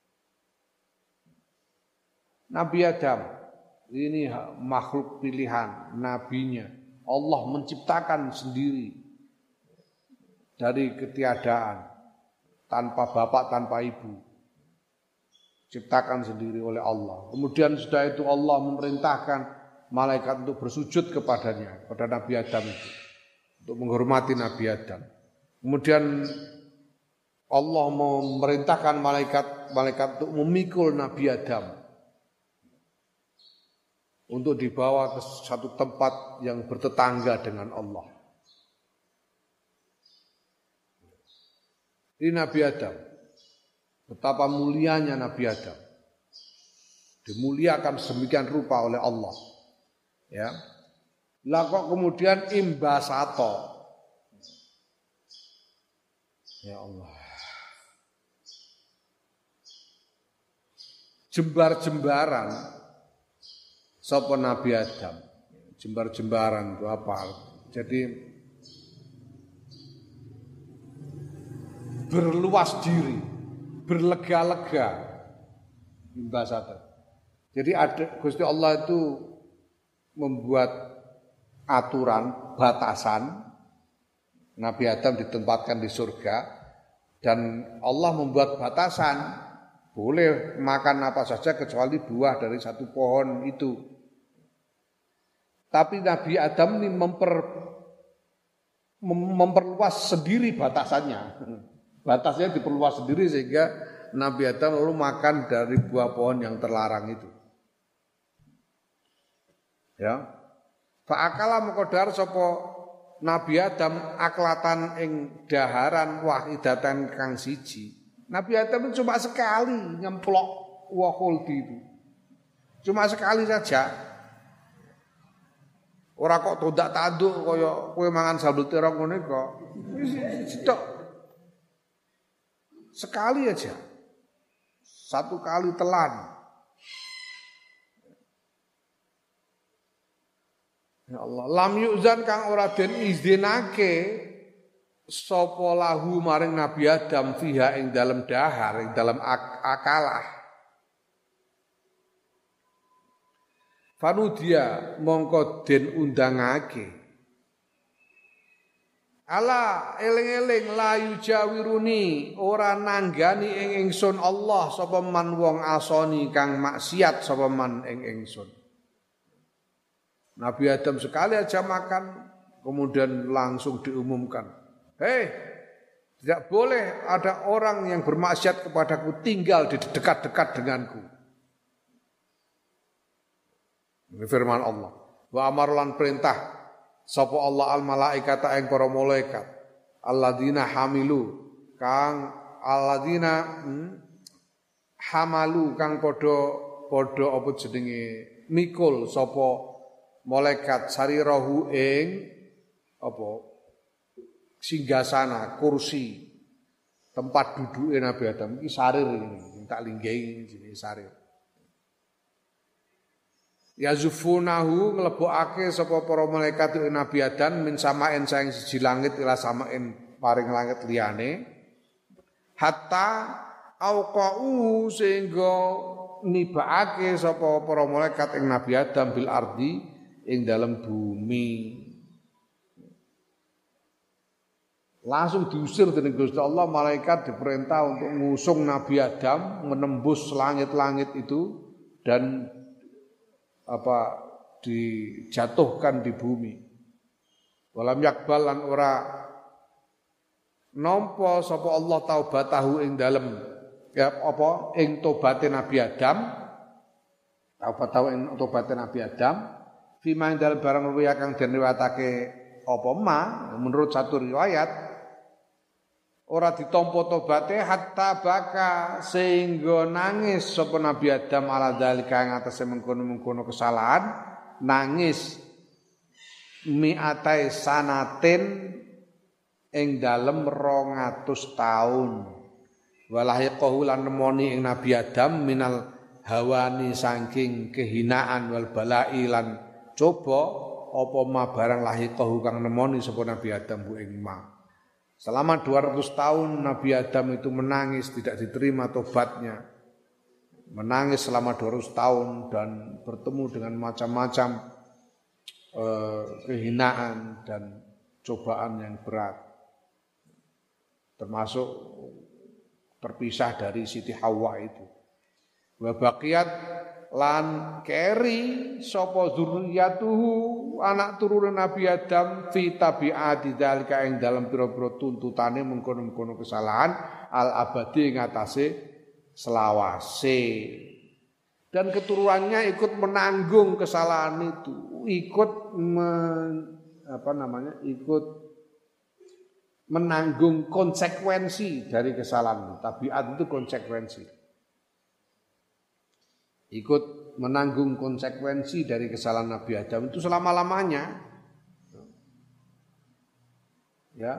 Nabi Adam ini makhluk pilihan nabinya. Allah menciptakan sendiri dari ketiadaan, tanpa bapak, tanpa ibu. Ciptakan sendiri oleh Allah. Kemudian sudah itu Allah memerintahkan malaikat untuk bersujud kepadanya, kepada Nabi Adam itu, untuk menghormati Nabi Adam. Kemudian Allah memerintahkan malaikat-malaikat untuk memikul Nabi Adam untuk dibawa ke satu tempat yang bertetangga dengan Allah. Ini Nabi Adam. Betapa mulianya Nabi Adam. Dimuliakan sedemikian rupa oleh Allah. Ya. Lah kok kemudian imbasato. Ya Allah. Jembar-jembaran sapa Nabi Adam. Jembar-jembaran itu apa? Jadi berluas diri, berlega-lega Imbasaten. Jadi ada Gusti Allah itu membuat aturan, batasan. Nabi Adam ditempatkan di surga dan Allah membuat batasan boleh makan apa saja kecuali buah dari satu pohon itu. Tapi Nabi Adam ini memper, memperluas sendiri batasannya. Batasnya diperluas sendiri sehingga Nabi Adam lalu makan dari buah pohon yang terlarang itu. Ya. Fa'akala mengkodar sopo Nabi Adam aklatan ing daharan wahidatan kang siji. Nabi Adam cuma sekali nyemplok wakuldi itu. Cuma sekali saja. Ora kok tondak tanduk kaya kowe mangan sambel terong ngene kok. Cetok. Sekali aja. Satu kali telan. Ya Allah, lam yuzan kang ora den izinake sapa lahu maring Nabi Adam fiha ing dalam dahar ing dalam ak- akalah. Fanudia mongko den undangake. Ala eling-eling layu jawiruni ora nanggani ing ingsun Allah sapa man wong asoni kang maksiat sapa man ing ingsun. Nabi Adam sekali aja makan, kemudian langsung diumumkan, hei, tidak boleh ada orang yang bermaksiat kepadaku tinggal di dekat-dekat denganku. Ini firman Allah. Wa amarlan perintah, sapa Allah al malaikata ing para malaikat, alladzina hamilu, kang alladzina hmm, hamalu kang padha padha apa jenenge mikul sapa malaikat sarirahu ing apa singgasana kursi tempat duduke Nabi Adam iki sarir ini tak linggahi jenenge sarir. Yazufunahu nglebokake sapa para malaikat ing Nabi Adam min samaen saing siji langit ila samaen paring langit liyane hatta auqau sehingga nibaake sapa para malaikat ing Nabi Adam bil ardi ing dalam bumi. Langsung diusir dening Gusti Allah, malaikat diperintah untuk ngusung Nabi Adam menembus langit-langit itu dan apa dijatuhkan di bumi. Walam yakbal lan ora nampa sapa Allah taubatahu ing dalem ya apa ing tobaté Nabi Adam. Taubatahu ing tobaté Nabi Adam. Fima ing dalem barang ruya kang den riwayatake apa ma menurut satu riwayat ora ditampa tobaté hatta baka sehingga nangis sapa Nabi Adam ala dalika ing atase mengkono-mengkono kesalahan nangis mi'atai sanatin ing dalem rong atus taun walahiqahu lan nemoni ing Nabi Adam minal hawani saking kehinaan wal balai lan coba apa ma barang lahiqahu kang nemoni sapa Nabi Adam bu ing ma. Selama dua ratus tahun Nabi Adam itu menangis tidak diterima tobatnya. Menangis selama dua ratus tahun dan bertemu dengan macam-macam eh, kehinaan dan cobaan yang berat. Termasuk terpisah dari Siti Hawa itu. Wa baqiyat lan keri sapa zurriyatuhu anak turune Nabi Adam fi tabiati dzalika ing dalam pira-pira tuntutane mengkono-mengkono kesalahan al abadi ing atase selawase dan keturunannya ikut menanggung kesalahan itu ikut men, apa namanya ikut menanggung konsekuensi dari kesalahan tabiat itu konsekuensi ikut menanggung konsekuensi dari kesalahan Nabi Adam itu selama-lamanya. Ya.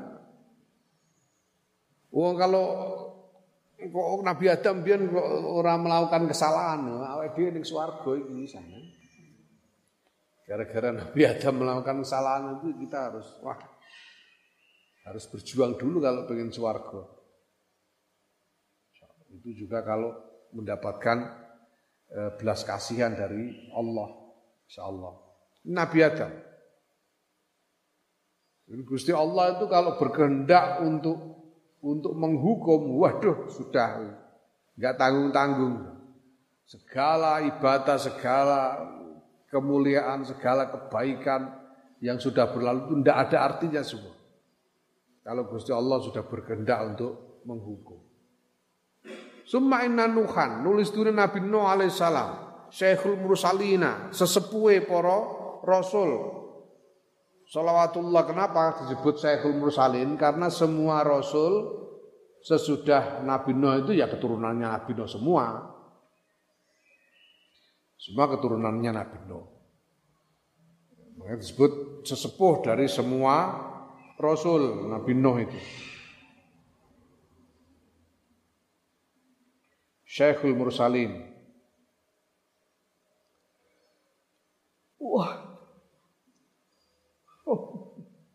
Wong kalau kok Nabi Adam biyen kok ora melakukan kesalahan, awake dhewe ning swarga iki sana. Gara-gara Nabi Adam melakukan kesalahan itu kita harus wah harus berjuang dulu kalau pengen swarga. Itu juga kalau mendapatkan eh, belas kasihan dari Allah, insyaallah. Nabi Adam. Gusti Allah itu kalau berkehendak untuk untuk menghukum, waduh sudah enggak tanggung-tanggung. Segala ibadah, segala kemuliaan, segala kebaikan yang sudah berlalu itu tidak ada artinya semua. Kalau Gusti Allah sudah berkehendak untuk menghukum. Summa inna Nuhan, nulis dulu Nabi Nuh alaihissalam, Syekhul Mursalina, sesepuhe para rasul. Shalawatullah, kenapa disebut Syekhul Mursalin? Karena semua rasul sesudah Nabi Nuh itu ya keturunannya Nabi Nuh semua. Semua keturunannya Nabi Nuh. Makanya disebut sesepuh dari semua rasul Nabi Nuh itu. Syekhul Mursalin. Wah. Oh.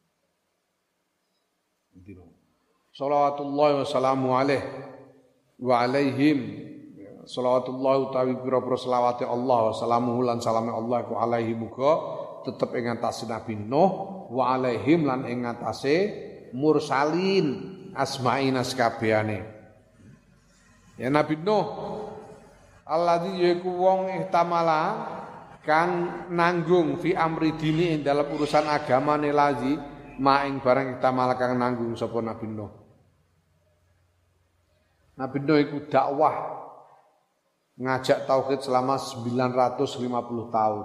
Salawatullahi wassalamu alaih wa alaihim. Salawatullahi utawi pira-pira selawate Allah wassalamuhu lan salame Allah ku alaihi muga tetep ing atase Nabi Nuh wa alaihim lan ing atase mursalin asma'ina sakabehane. Ya Nabi Nuh alladzi yaiku wong ihtamala kang nanggung fi amri dini ing dalam urusan agamane lazi maing barang ihtamala kang nanggung sapa Nabi Nuh. Nabi Nuh iku dakwah ngajak tauhid selama sembilan ratus lima puluh tahun.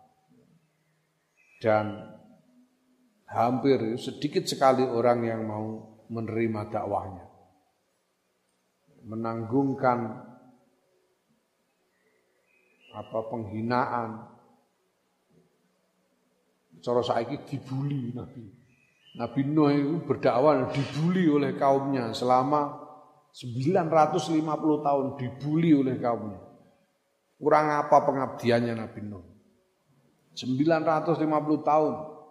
Dan hampir sedikit sekali orang yang mau menerima dakwahnya. Menanggungkan apa penghinaan. Cara saiki dibuli Nabi. Nabi Nuh itu berdakwah dibuli oleh kaumnya selama sembilan ratus lima puluh tahun, dibuli oleh kaumnya. Kurang apa pengabdiannya Nabi Nuh? sembilan ratus lima puluh tahun.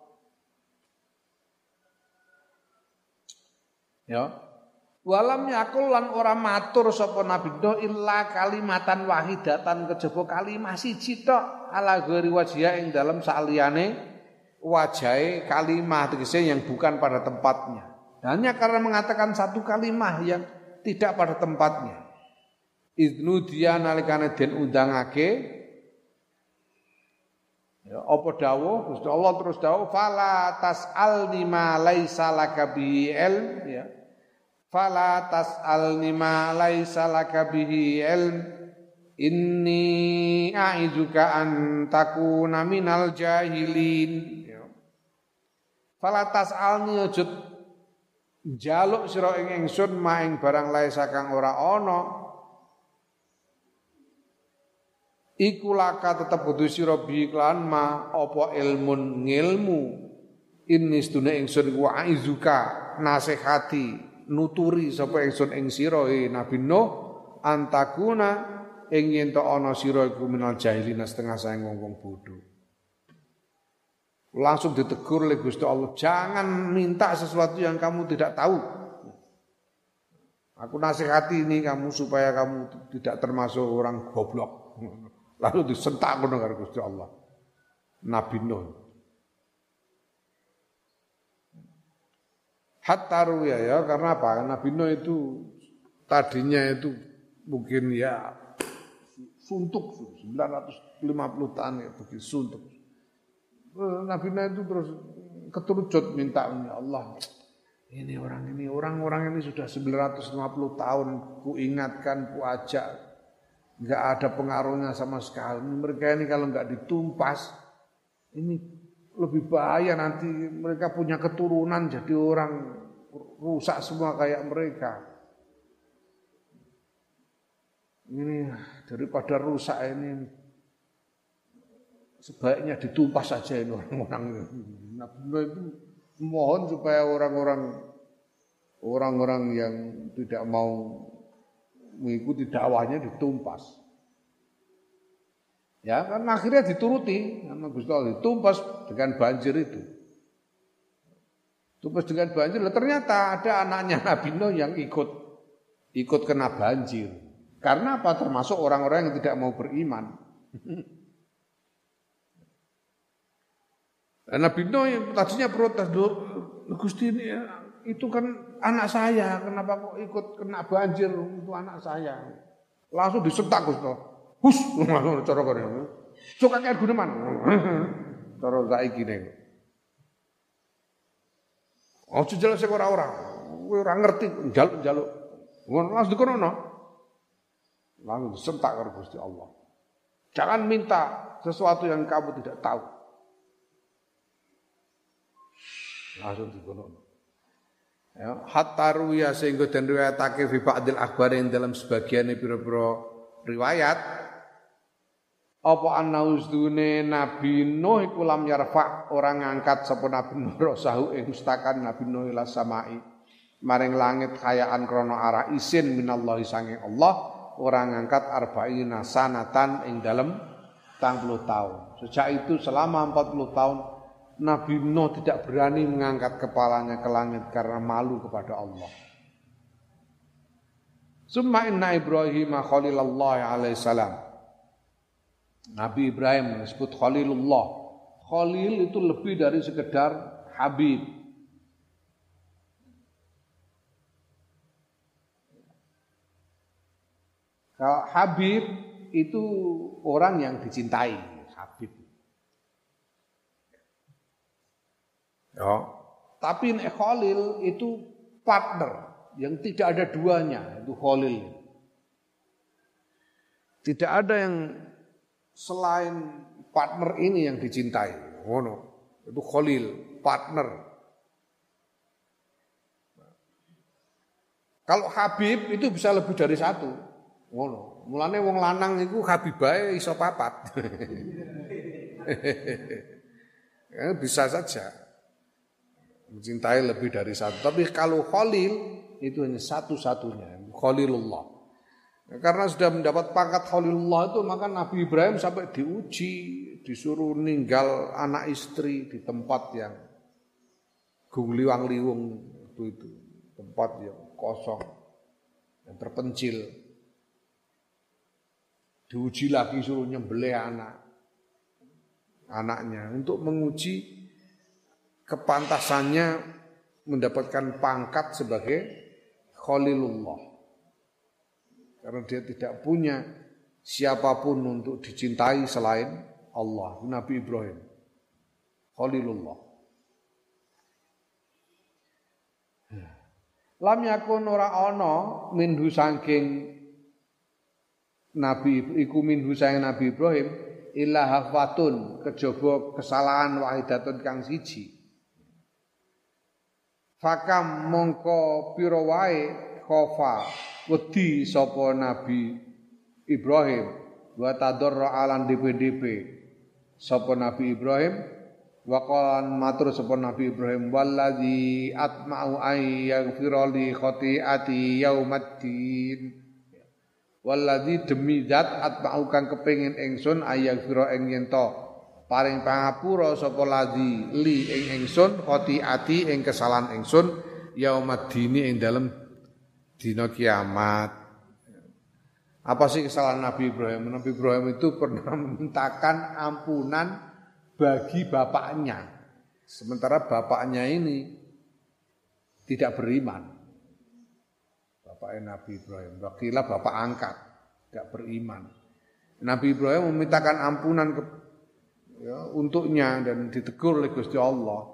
Ya. Walam yakul lan ora matur sapa Nabi Nuh illa kalimatan wahidatan kejaba kalimah siji tok ala ghairi wajhiha ing dalem saliyane wajahe kalimah tegese yang bukan pada tempatnya. Hanya karena mengatakan satu kalimah yang tidak pada tempatnya. Idnu dia nalikane den undangake ya apa dawuh Gusti Allah terus dawuh fala tas'alni ma laisa laka bihi ilm ya fala tas'alni ma laisa laka bihi ilm inni a'izuka an takuna minal jahilin ya fala tas'alni ajud njaluk sira ing ingsun ma ing barang laisa kang ora ana iku laka tetep kudu sira bi iklan ma apa ilmun ngilmu inni stune ingsun wa aizuka nasihati nuturi sapa ingsun ing sira Nabi Nuh antakuna ing yen to ana sira iku minal jahilin setengah saing wong-wong bodho. Langsung ditegur oleh Gusti Allah, jangan minta sesuatu yang kamu tidak tahu. Aku nasihati ini kamu supaya kamu tidak termasuk orang goblok. Lalu disentak ngono karo Gusti Allah. Nabi Nuh. Hatta ruya ya, karena apa? Nabi Nuh itu tadinya itu mungkin ya suntuk sembilan ratus lima puluh tahun ya begitu suntuk. Nabi Nuh itu terus keterucut minta ya Allah. Ini orang ini orang-orang ini sudah sembilan ratus lima puluh tahun ku ingatkan, ku ajak. Enggak ada pengaruhnya sama sekali. Mereka ini kalau enggak ditumpas, ini lebih bahaya nanti mereka punya keturunan jadi orang rusak semua kayak mereka. Ini daripada rusak ini sebaiknya ditumpas saja ini orang-orang. Nabi itu mohon supaya orang-orang orang-orang yang tidak mau mengikuti dakwahnya ditumpas. Ya kan akhirnya dituruti sama Gusti Allah, ditumpas dengan banjir itu. Tumpas dengan banjir, ternyata ada anaknya Nabi Nuh yang ikut ikut kena banjir. Karena apa? Termasuk orang-orang yang tidak mau beriman. Nabi Nuh yang tadinya protes, Gusti ini itu kan anak saya, kenapa kok ikut kena banjir, itu anak saya. Langsung disentak Gusti. Hus, langsung cara kene. Sok kakek guneman. Cara saiki nek. Ojo jelas kok ora-ora. Kowe ora ngerti njaluk-njaluk. Ngono langsung dikono. Langsung disentak karo Gusti Allah. Jangan minta sesuatu yang kamu tidak tahu. Langsung dikono. Ya, hatta ruya sehingga den riwayatake fi ba'dil akhbar yang dalam sebagian pira-pira riwayat apa annausdune Nabi Nuh iku lam yarfa orang ngangkat sapa Nabi Nuh rosahu ing mustakan Nabi Nuh ila samai maring langit khayaan krana arah isin minallahi sanging Allah orang ngangkat arba'ina sanatan ing dalem petang puluh tahun. Sejak itu selama empat puluh tahun Nabi Nuh tidak berani mengangkat kepalanya ke langit karena malu kepada Allah. Summa inna Ibrahim khalilallah alaihi salam. Nabi Ibrahim disebut Khalilullah. Khalil itu lebih dari sekedar Habib. Kalau Habib itu orang yang dicintai, Habib. Ya. Tapi Khalil itu partner yang tidak ada duanya, itu Khalil. Tidak ada yang selain partner ini yang dicintai. Oh no. Itu Khalil, partner. Kalau Habib itu bisa lebih dari satu. Oh no. Mulane wong lanang iku Habibae iso papat. Ya, bisa saja mencintai lebih dari satu. Tapi kalau Khalil itu hanya satu-satunya, Khalilullah. Karena sudah mendapat pangkat Khalilullah itu maka Nabi Ibrahim sampai diuji, disuruh ninggal anak istri di tempat yang gungliwang-liwung itu, itu tempat yang kosong, yang terpencil. Diuji lagi suruh nyembelih anak anaknya untuk menguji kepantasannya mendapatkan pangkat sebagai Khalilullah. Karena dia tidak punya siapapun untuk dicintai selain Allah. Nabi Ibrahim Khalilullah. Lam yakun ora ana minhu saking Nabi iku minhu saking Nabi Ibrahim illa hafatun kejaba kesalahan wahidatun kang siji. Fakam mongko pira wae khofa wedi sapa Nabi Ibrahim wa tadarra alan D P D P sapa Nabi Ibrahim wa qalan matur sapa Nabi Ibrahim wallazi atma'u ay yaghfira li khati'ati yaumaddin wallazi demi zat atma'u kang kepengin ingsun ay yaghfira ing yen to paring pangapura sapa ladzi li ing ingsun khati'ati ing kesalahan ingsun yaumaddini ing dalem dina kiamat. Apa sih kesalahan Nabi Ibrahim? Nabi Ibrahim itu pernah memintakan ampunan bagi bapaknya. Sementara bapaknya ini tidak beriman. Bapaknya Nabi Ibrahim. Wakilah bapak angkat, tidak beriman. Nabi Ibrahim memintakan ampunan ke, ya, untuknya dan ditegur oleh Gusti Allah.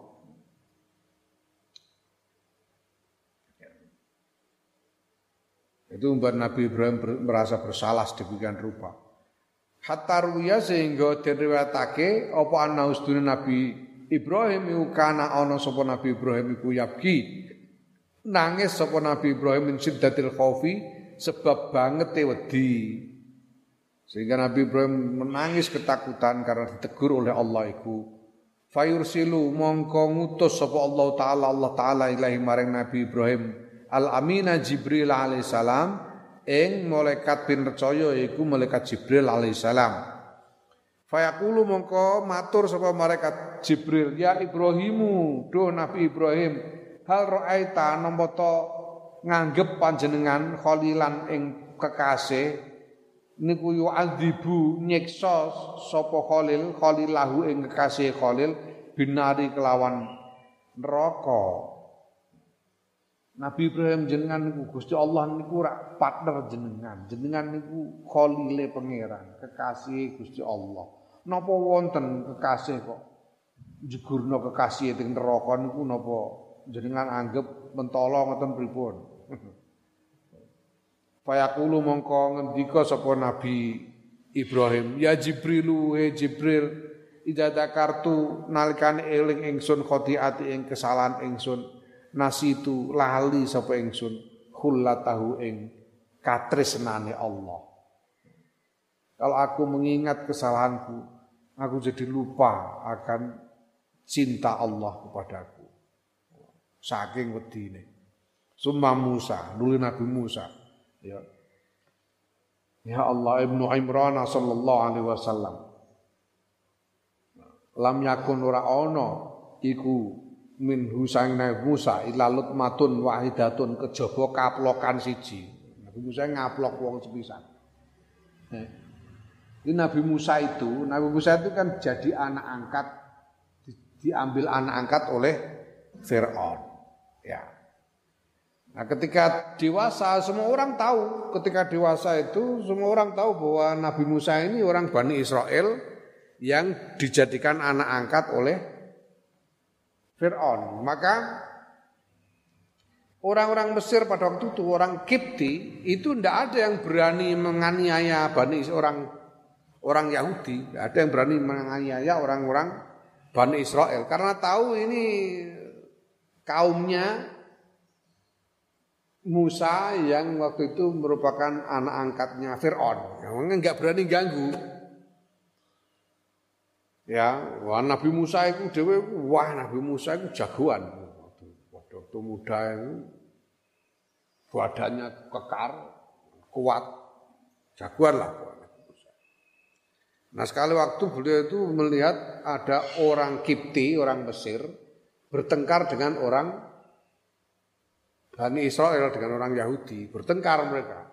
Itu membuat Nabi Ibrahim ber, merasa bersalah sedemikian rupa. Hatta ruya sehingga diriwayatake apa ana usdune Nabi Ibrahim iku kana ana sapa Nabi Ibrahim iku yabki. Nangis sapa Nabi Ibrahim min syiddatil khaufi sebab banget wedi. Sehingga Nabi Ibrahim menangis ketakutan karena ditegur oleh Allah iku. Fayursilu mongko ngutus sapa Allah taala Allah taala ilahi maring Nabi Ibrahim Al-Amina Jibril alaihissalam ing malaikat pinercaya iku malaikat Jibril alaihissalam. Fayaqulu mongko matur sapa malaikat Jibril, ya Ibrahimu, do Nabi Ibrahim, hal ra'aita nampa to nganggep panjenengan khalilan ing kekasih niku yu'adzibu nyiksa sapa Khalil Khalilahu ing kekasih Khalil binari kelawan neraka. Nabi Ibrahim jenengan niku Gusti Allah niku rak partner jenengan. Jenengan niku Khalile pangeran, kekasih Gusti Allah. Napa wonten kekasih kok jegurna kekasih teng neraka niku napa jenengan anggap mentala ngoten pripun? Fayaqulu mongko ngendika sapa Nabi Ibrahim, ya Jibrilu he Jibril, idza dzakartu nalikane eling ingsun khotiati ing kesalahan ingsun, nasitu lali sapa ingsun khullatahu ing katresnane Allah. Kalau aku mengingat kesalahanku, aku jadi lupa akan cinta Allah kepadaku. Saking wedine. Summa Musa, nuli Nabi Musa. Ya. Ya Allah, Ibnu Imran sallallahu alaihi wasallam. Lam yakun ora ana iku minhu sang Nabi Musa illa lutmatun wahidatun kejaba kaplokan siji. Nabi Musa ngaplok wong sepisan. Eh. Ini Nabi Musa itu, Nabi Musa itu kan jadi anak angkat, di, diambil anak angkat oleh Fir'aun. Ya. Nah ketika dewasa semua orang tahu, ketika dewasa itu semua orang tahu bahwa Nabi Musa ini orang Bani Israel yang dijadikan anak angkat oleh Fir'aun. Maka orang-orang Mesir pada waktu itu, orang Kipti itu tidak ada yang berani menganiaya Bani orang orang Yahudi, tidak ada yang berani menganiaya orang-orang Bani Israel karena tahu ini kaumnya Musa yang waktu itu merupakan anak angkatnya Fir'aun, yang enggak berani ganggu. Ya, wah Nabi Musa itu dewe, wah Nabi Musa itu jagoan. Waktu muda itu badannya kekar, kuat, jagoan lah. Nah sekali waktu beliau itu melihat ada orang Kipti, orang Mesir, bertengkar dengan orang Bani Israel dengan orang Yahudi, bertengkar mereka.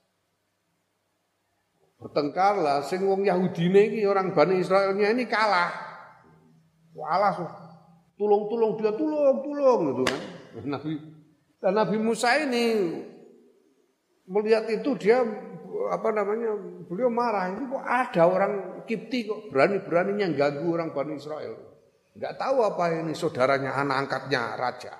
Bertengkar lah, sing wong Yahudine iki orang Bani Israelnya ini kalah. Kalah, tulung-tulung dia tulung-tulung gitu kan. Nabi dan Nabi Musa ini melihat itu dia apa namanya? Beliau marah, ini kok ada orang Kipti kok berani-beraninya ganggu orang Bani Israel. Enggak tahu apa ini saudaranya anak angkatnya raja.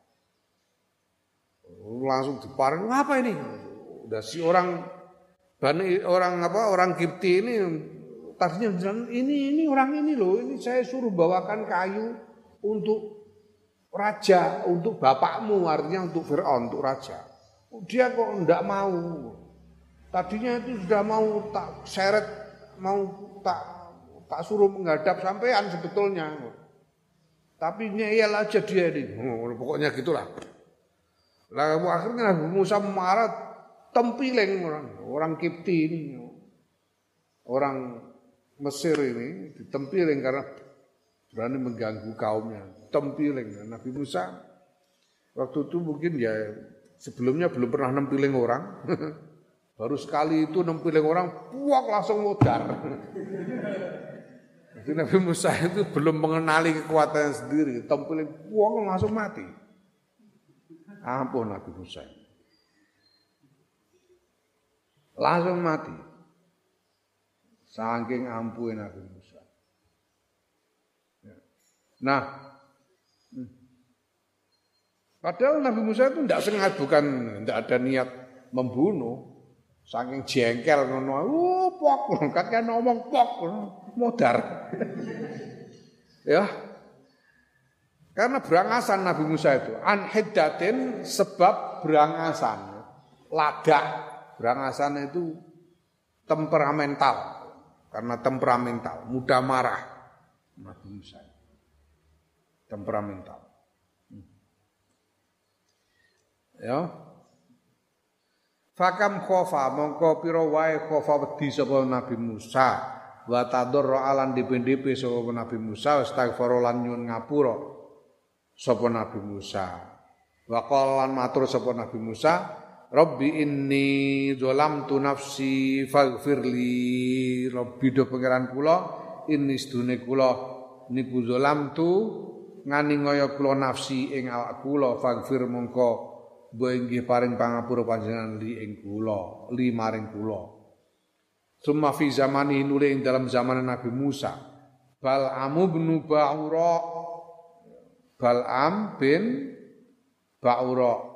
Langsung diparang, apa ini? Udah si orang Bani orang apa orang Kipti ini tadinya bilang ini ini orang ini loh, ini saya suruh bawakan kayu untuk raja, untuk bapakmu, artinya untuk Fir'aun, untuk raja. Dia kok enggak mau. Tadinya itu sudah mau tak seret, mau tak tak suruh menghadap sampean sebetulnya. Tapi ngeyel aja dia ini. Oh, pokoknya gitulah. Lah akhirnya Nabi Musa marah, tempiling orang orang Kipti ini, orang Mesir ini ditempiling karena berani mengganggu kaumnya. Tempiling. Nabi Musa waktu itu mungkin ya sebelumnya belum pernah nempiling orang, baru sekali itu nempiling orang, puak langsung modar. Jadi Nabi Musa itu belum mengenali kekuatannya sendiri, tempiling puak langsung mati. Ampun Nabi Musa. Langsung mati. Saking ampuh Nabi Musa. Nah, padahal Nabi Musa itu tidak sengaja, bukan tidak ada niat membunuh. Saking jengkel ngono, oh pok, kan ngomong pok, modar. Ya. Karena berangasan Nabi Musa itu, an hiddatin sebab berangasan, ladak. Berangasan itu temperamental, karena temperamental, mudah marah. Nabi Musa temperamental. Ya. Fakam khofa mongko pira wae khofa wedi sapa Nabi Musa wa tadarra alan dipendhepe sapa Nabi Musa astaghfara lan nyuwun ngapura sapa Nabi Musa. Wa qala lan matur sapa Nabi Musa Rabbi inni dzalamtu nafsi faghfirli. Rabbi do pangeran kula inni sedune kula niku dzalamtu nganiaya kula nafsi ing awak kula faghfir mongko mbok inggih paring pangapura panjenengan li ing kula li maring kula. Summa fi zamani nuli ing dalam zaman Nabi Musa Bal'am bin Ba'ura Bal'am bin Ba'ura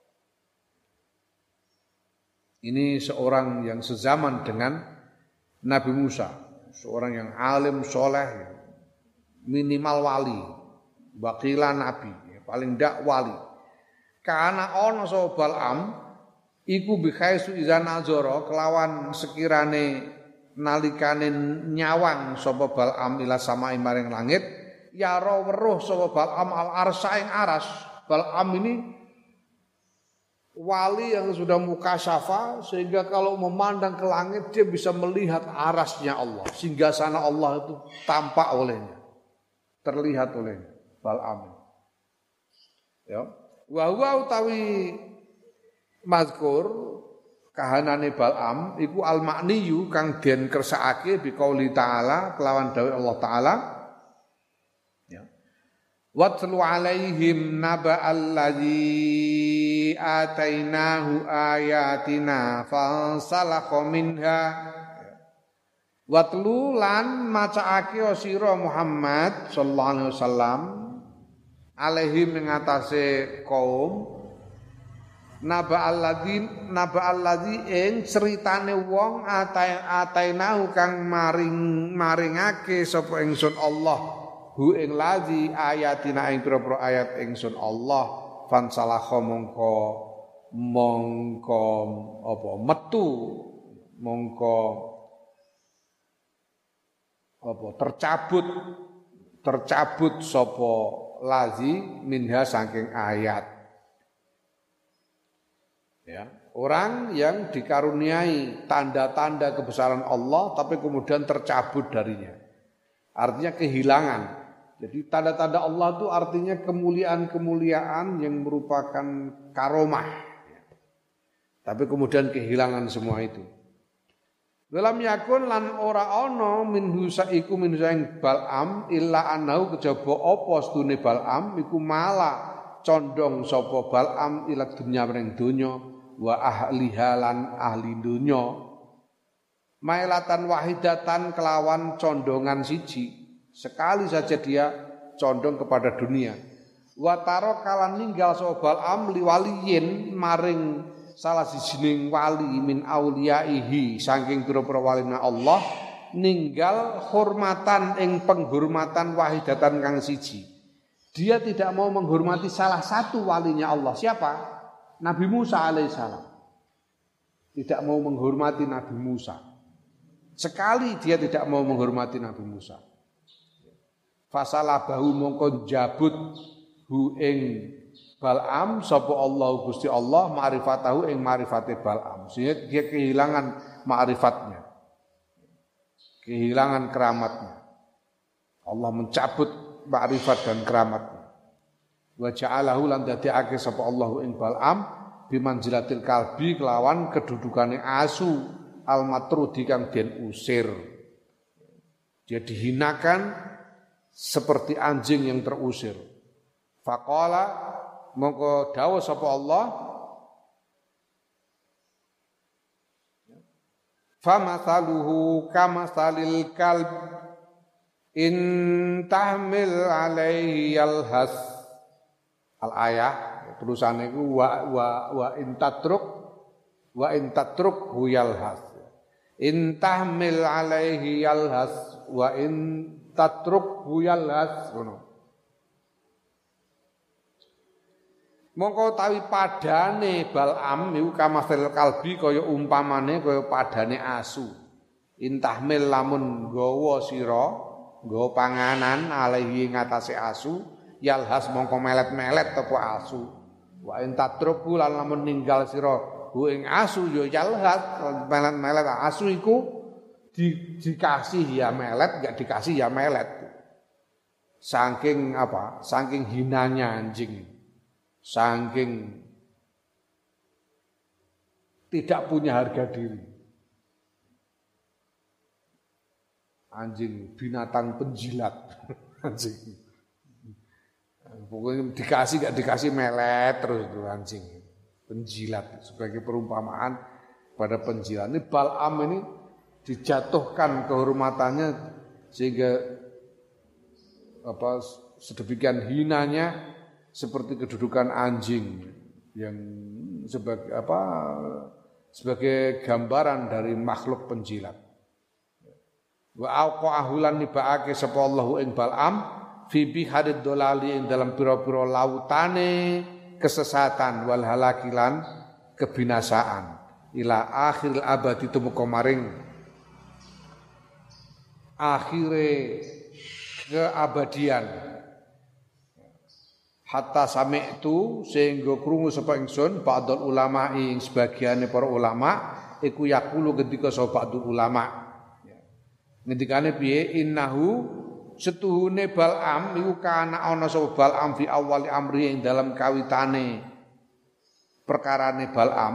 ini seorang yang sezaman dengan Nabi Musa, seorang yang alim, soleh, minimal wali, wakilan Nabi, paling ndak wali. Karena ono so Bal'am, iku bikhaisu izan azoro, kelawan sekirane nalikane nyawang sapa Bal'am ila samai maring langit, ya ro weruh sapa Bal'am al arsa ing aras. Bal'am ini wali yang sudah mukasyafa sehingga kalau memandang ke langit dia bisa melihat arasnya Allah, singgasana Allah itu tampak olehnya, terlihat olehnya Bal'am. Ya, wa huwa utawi mazkur kahanane Bal'am iku al-ma'niyu kang den kersakake bi qauli ta'ala kelawan dawuh Allah taala. Ya. Watlu alaihim naba'al ladzi atainahu ayatina fansalakha minha. Watlu lan macaake sira Muhammad sallallahu alaihi wasallam alaihim ing atase kaum naba'al ladzi naba'al ladzi ing critane wong atainahu kang maring maringake sapa ingsun Allah hu ing ladzi ayatina ing pira-pira ayat ingsun Allah fansalakha mongko mongko apa metu mongko apa tercabut tercabut sapa lazi minha saking ayat. Ya, orang yang dikaruniai tanda-tanda kebesaran Allah tapi kemudian tercabut darinya. Artinya kehilangan. Jadi tanda-tanda Allah itu artinya kemuliaan-kemuliaan yang merupakan karomah. Tapi kemudian kehilangan semua itu. Dalam yakun lan ora ana minhu saiku min saing Bal'am illa annahu kejaba apa sedune Bal'am iku malah condong sapa Bal'am ila dunya maring donya wa ahliha lan ahli donya mailatan wahidatan kelawan condongan siji. Sekali saja dia condong kepada dunia. Wa tarakalan ninggal sapa Bal'am liwaliyin maring salah sijining wali min auliyaihi saking pira-pira walina Allah ninggal hormatan ing penghormatan wahidatan kang siji. Dia tidak mau menghormati salah satu walinya Allah. Siapa? Nabi Musa alaihissalam. Tidak mau menghormati Nabi Musa. Sekali dia tidak mau menghormati Nabi Musa. Fasalabahu mongko jabut hu ing Bal'am sapa Allah Gusti Allah ma'rifatahu ing ma'rifate Bal'am. Sehingga dia kehilangan ma'rifatnya. Kehilangan keramatnya. Allah mencabut ma'rifat dan keramatnya. Wa ja'alahu lan dadekake sapa Allahu ing Bal'am bimanzilatil kalbi kelawan kedudukane asu al-matrudi kang den usir. Dia dihinakan seperti anjing yang terusir. Faqala mongko dawuh sapa Allah famathaluhu kamathalil kalb in tahmil alaihi yalhas. Al ayah terusane iku wa wa wa in tatruk wa in tatruk yalhas. In tahmil alaihi yalhas wa in tatruk yalhas ngono. Mongko tawi padane Bal'am iku kamasel kalbi kaya umpamane kaya padane asu. Intahmil lamun nggawa sira, nggawa panganan alaihi ngatasé asu, yalhas mongko melet-melet apa asu. Wa intatruku lan lamun ninggal sira hu ing asu ya yalhas melet-melet asu iku di, dikasih ya melet, enggak dikasih ya melet. Saking apa? Saking hinanya anjing. Saking tidak punya harga diri. Anjing binatang penjilat. Anjing. Pokoknya dikasih gak dikasih melet terus itu anjing. Penjilat sebagai perumpamaan pada penjilat. Ini Bal'am ini dijatuhkan kehormatannya sehingga apa sedemikian hinanya seperti kedudukan anjing yang sebagai apa sebagai gambaran dari makhluk penjilat. Wa aqahulan nibaake sapa Allahu ing Bal'am fi biharid dolali ing dalam pira-pira lautane kesesatan wal halakilan kebinasaan ila akhiril abadi tumeka maring akhire keabadian hatta sami'tu sehingga krungu sapa ingsun ba'dul ulama ing sebagiane para ulama iku yaqulu ketika sapa ba'dul ulama ngendikane piye innahu setuhune Bal'am iku kana ana sapa Bal'am fi awali amri ing dalam kawitane perkarane Bal'am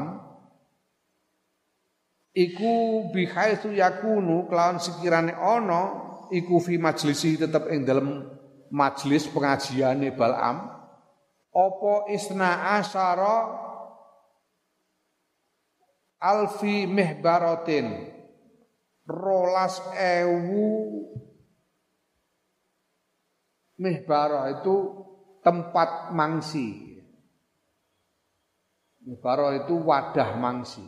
iku bihaitsu yakunu kelawan sekirane ana iku fi majlisi tetep ing dalam majlis pengajiane Bal'am apa isna asyara alfi mihbaratin rolas ewu mihbarah itu tempat mangsi. Mihbarah itu wadah mangsi.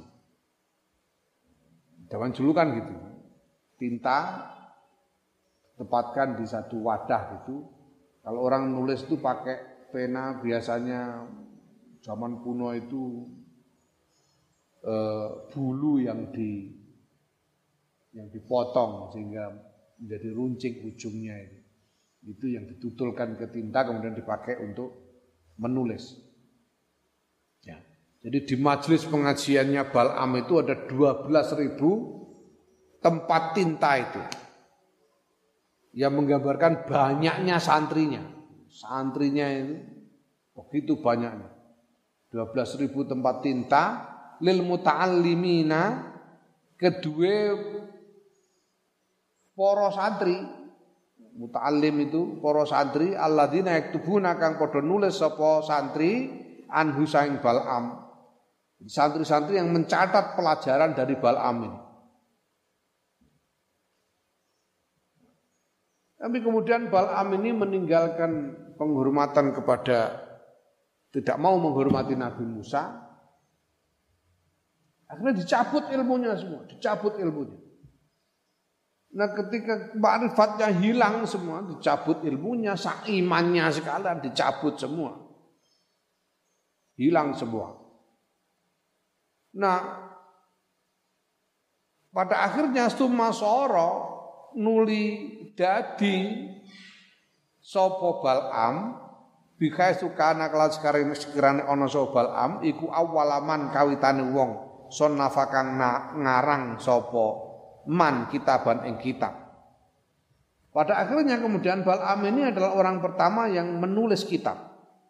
Zaman dulu kan gitu. Tinta tempatkan di satu wadah gitu. Kalau orang nulis itu pakai pena biasanya zaman kuno itu eh, bulu yang di yang dipotong sehingga menjadi runcing ujungnya itu. Itu yang ditutulkan ke tinta kemudian dipakai untuk menulis. Ya. Jadi di majelis pengajiannya Bal'am itu ada dua belas ribu tempat tinta itu. Yang menggambarkan banyaknya santrinya. Santrinya itu begitu banyaknya. dua belas ribu tempat tinta lil muta'allimina kedua para santri muta'allim itu para santri alladzina yaktubuna kang padha nulis sapa santri anhu saing Bal'am. Santri-santri yang mencatat pelajaran dari Bal'am ini. Tapi kemudian Bal'am ini meninggalkan penghormatan kepada tidak mau menghormati Nabi Musa. Akhirnya dicabut ilmunya semua, dicabut ilmunya. Nah ketika ma'rifatnya hilang semua, dicabut ilmunya, imannya sekalian dicabut semua. Hilang semua. Nah pada akhirnya summa soro nuli dadi sapa Bal'am bikai sukana kelan sekarang sekirane ana sapa Bal'am iku awalaman kawitane wong sonnafa kang ngarang sapa man kitaban ing kitab. Pada akhirnya kemudian Bal'am ini adalah orang pertama yang menulis kitab.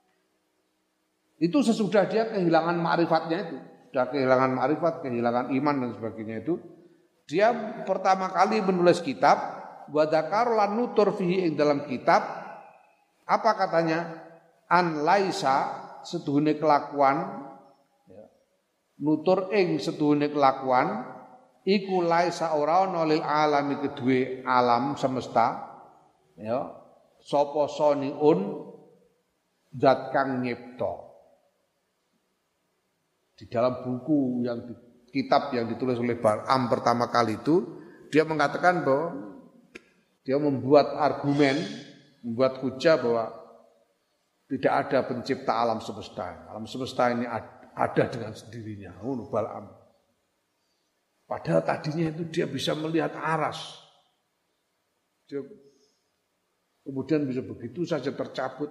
Itu sesudah dia kehilangan ma'rifatnya itu. Sudah kehilangan ma'rifat, kehilangan iman dan sebagainya itu. Dia pertama kali menulis kitab. Wa dzakara lan nutur fihi ing dalam kitab. Apa katanya? An laisa setuhune kelakuan. Nutur ing setuhune kelakuan. Iku laisa ora ana lil alami kedue alam semesta ya sapa soniun zat kang nyipta. Di dalam buku yang di, kitab yang ditulis oleh Bal'am pertama kali itu dia mengatakan bahwa dia membuat argumen, membuat hujah bahwa tidak ada pencipta alam semesta. Alam semesta ini ada dengan sendirinya. Oh, Bal'am. Padahal tadinya itu dia bisa melihat aras. Dia kemudian bisa begitu saja tercabut.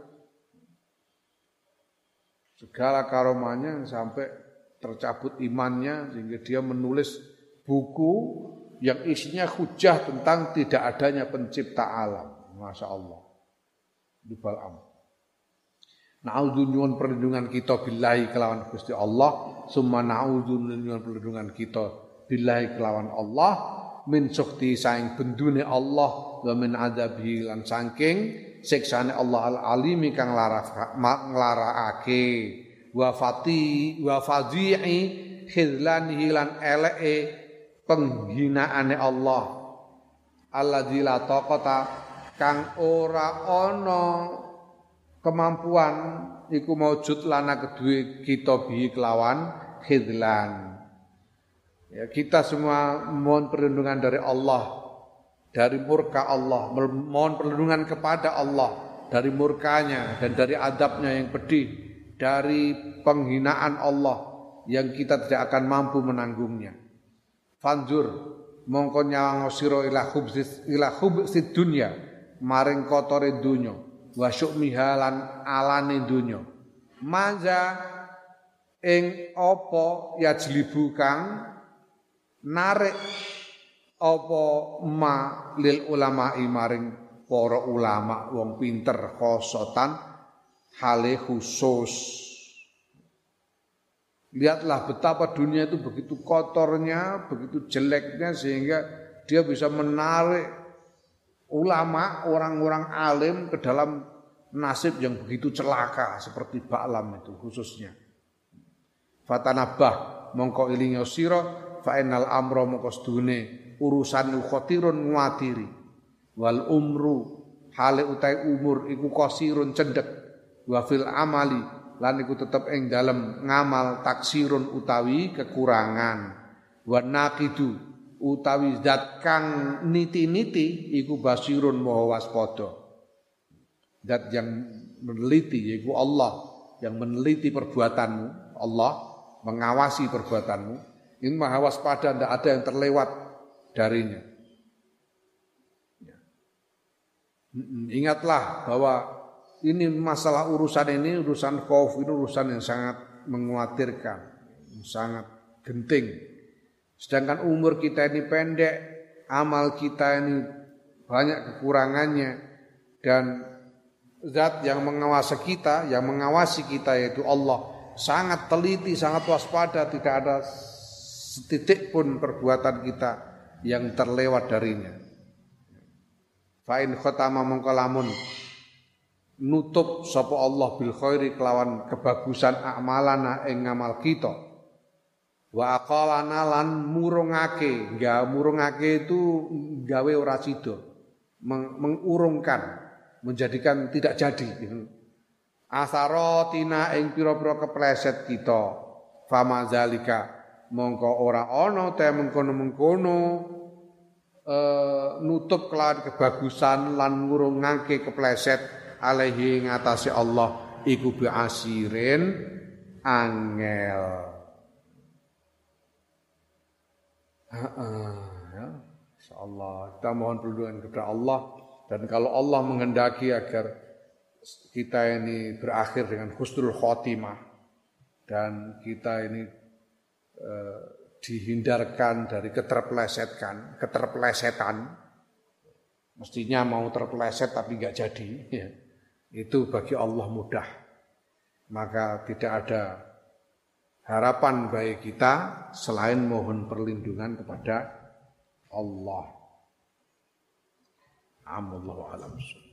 Segala karomahnya sampai tercabut imannya sehingga dia menulis buku yang isinya hujah tentang tidak adanya pencipta alam. Masya Allah. Di Bal'am. Na'udzu nyuwun perlindungan kita billahi kelawan Gusti Allah, summa na'udzu nyuwun perlindungan kita billahi kelawan Allah min sukti saing bendune Allah wa min adzabi lan saking siksane Allah al-alimi kang nglarakake wa fati wa fadhi'i khizlanihi lan eleke penghinaane Allah alladzi la taqata kang ora ana kemampuan iku maujud lana kedue kita bi kelawan khidlan. Ya, kita semua mohon perlindungan dari Allah, dari murka Allah, mohon perlindungan kepada Allah dari murkanya dan dari adabnya yang pedih, dari penghinaan Allah yang kita tidak akan mampu menanggungnya. Fanzur mongko nyawang sira ila khubsis ila khubsid dunya maring kotore dunya. Wa syu'miha lan alane dunya maza ing apa yajlibu kang narik apa ma lil ulama maring para ulama wong pinter khosotan hale khusus. Lihatlah betapa dunia itu begitu kotornya, begitu jeleknya sehingga dia bisa menarik ulama, orang-orang alim ke dalam nasib yang begitu celaka seperti Ba'lam itu khususnya. Fatanabah mongko ilinga sira fa innal amra mongko sedune urusan khatirun nguatiri wal umru hale utai umur iku qasirun cendhek wa fil amali lan iku tetep ing dalem ngamal taksirun utawi kekurangan wa naqidu utawi zat kang niti-niti iku basirun maha waspada. Zat yang meneliti yaiku Allah yang meneliti perbuatanmu, Allah mengawasi perbuatanmu. Ini maha waspada, tidak ada yang terlewat darinya. Ya. Ingatlah bahwa ini masalah urusan ini urusan khauf, ini urusan yang sangat mengkhawatirkan, sangat genting. Sedangkan umur kita ini pendek, amal kita ini banyak kekurangannya dan zat yang mengawasi kita, yang mengawasi kita yaitu Allah sangat teliti, sangat waspada, tidak ada setitik pun perbuatan kita yang terlewat darinya. Fa in khatama mongko lamun nutup sapa Allah bil khairi kelawan kebagusan amalana ing ngamal kita. Wa aqalana lan murungake, enggak murungake itu gawe ora sida, mengurungkan, menjadikan tidak jadi. Asarotina ing pira-pira kepleset kita, fama zalika mongko ora ana te mengkono-mengkono e, nutup kelawan kebagusan lan ngurungake kepleset alaihi ngatasi Allah iku bi asirin angel. Ya, insyaallah kita mohon perlindungan kepada Allah dan kalau Allah menghendaki agar kita ini berakhir dengan husnul khotimah dan kita ini eh, dihindarkan dari keterpelesetkan, keterpelesetan, mestinya mau terpeleset tapi enggak jadi, ya. Itu bagi Allah mudah, maka tidak ada harapan bagi kita selain mohon perlindungan kepada Allah. Allahu a'lam.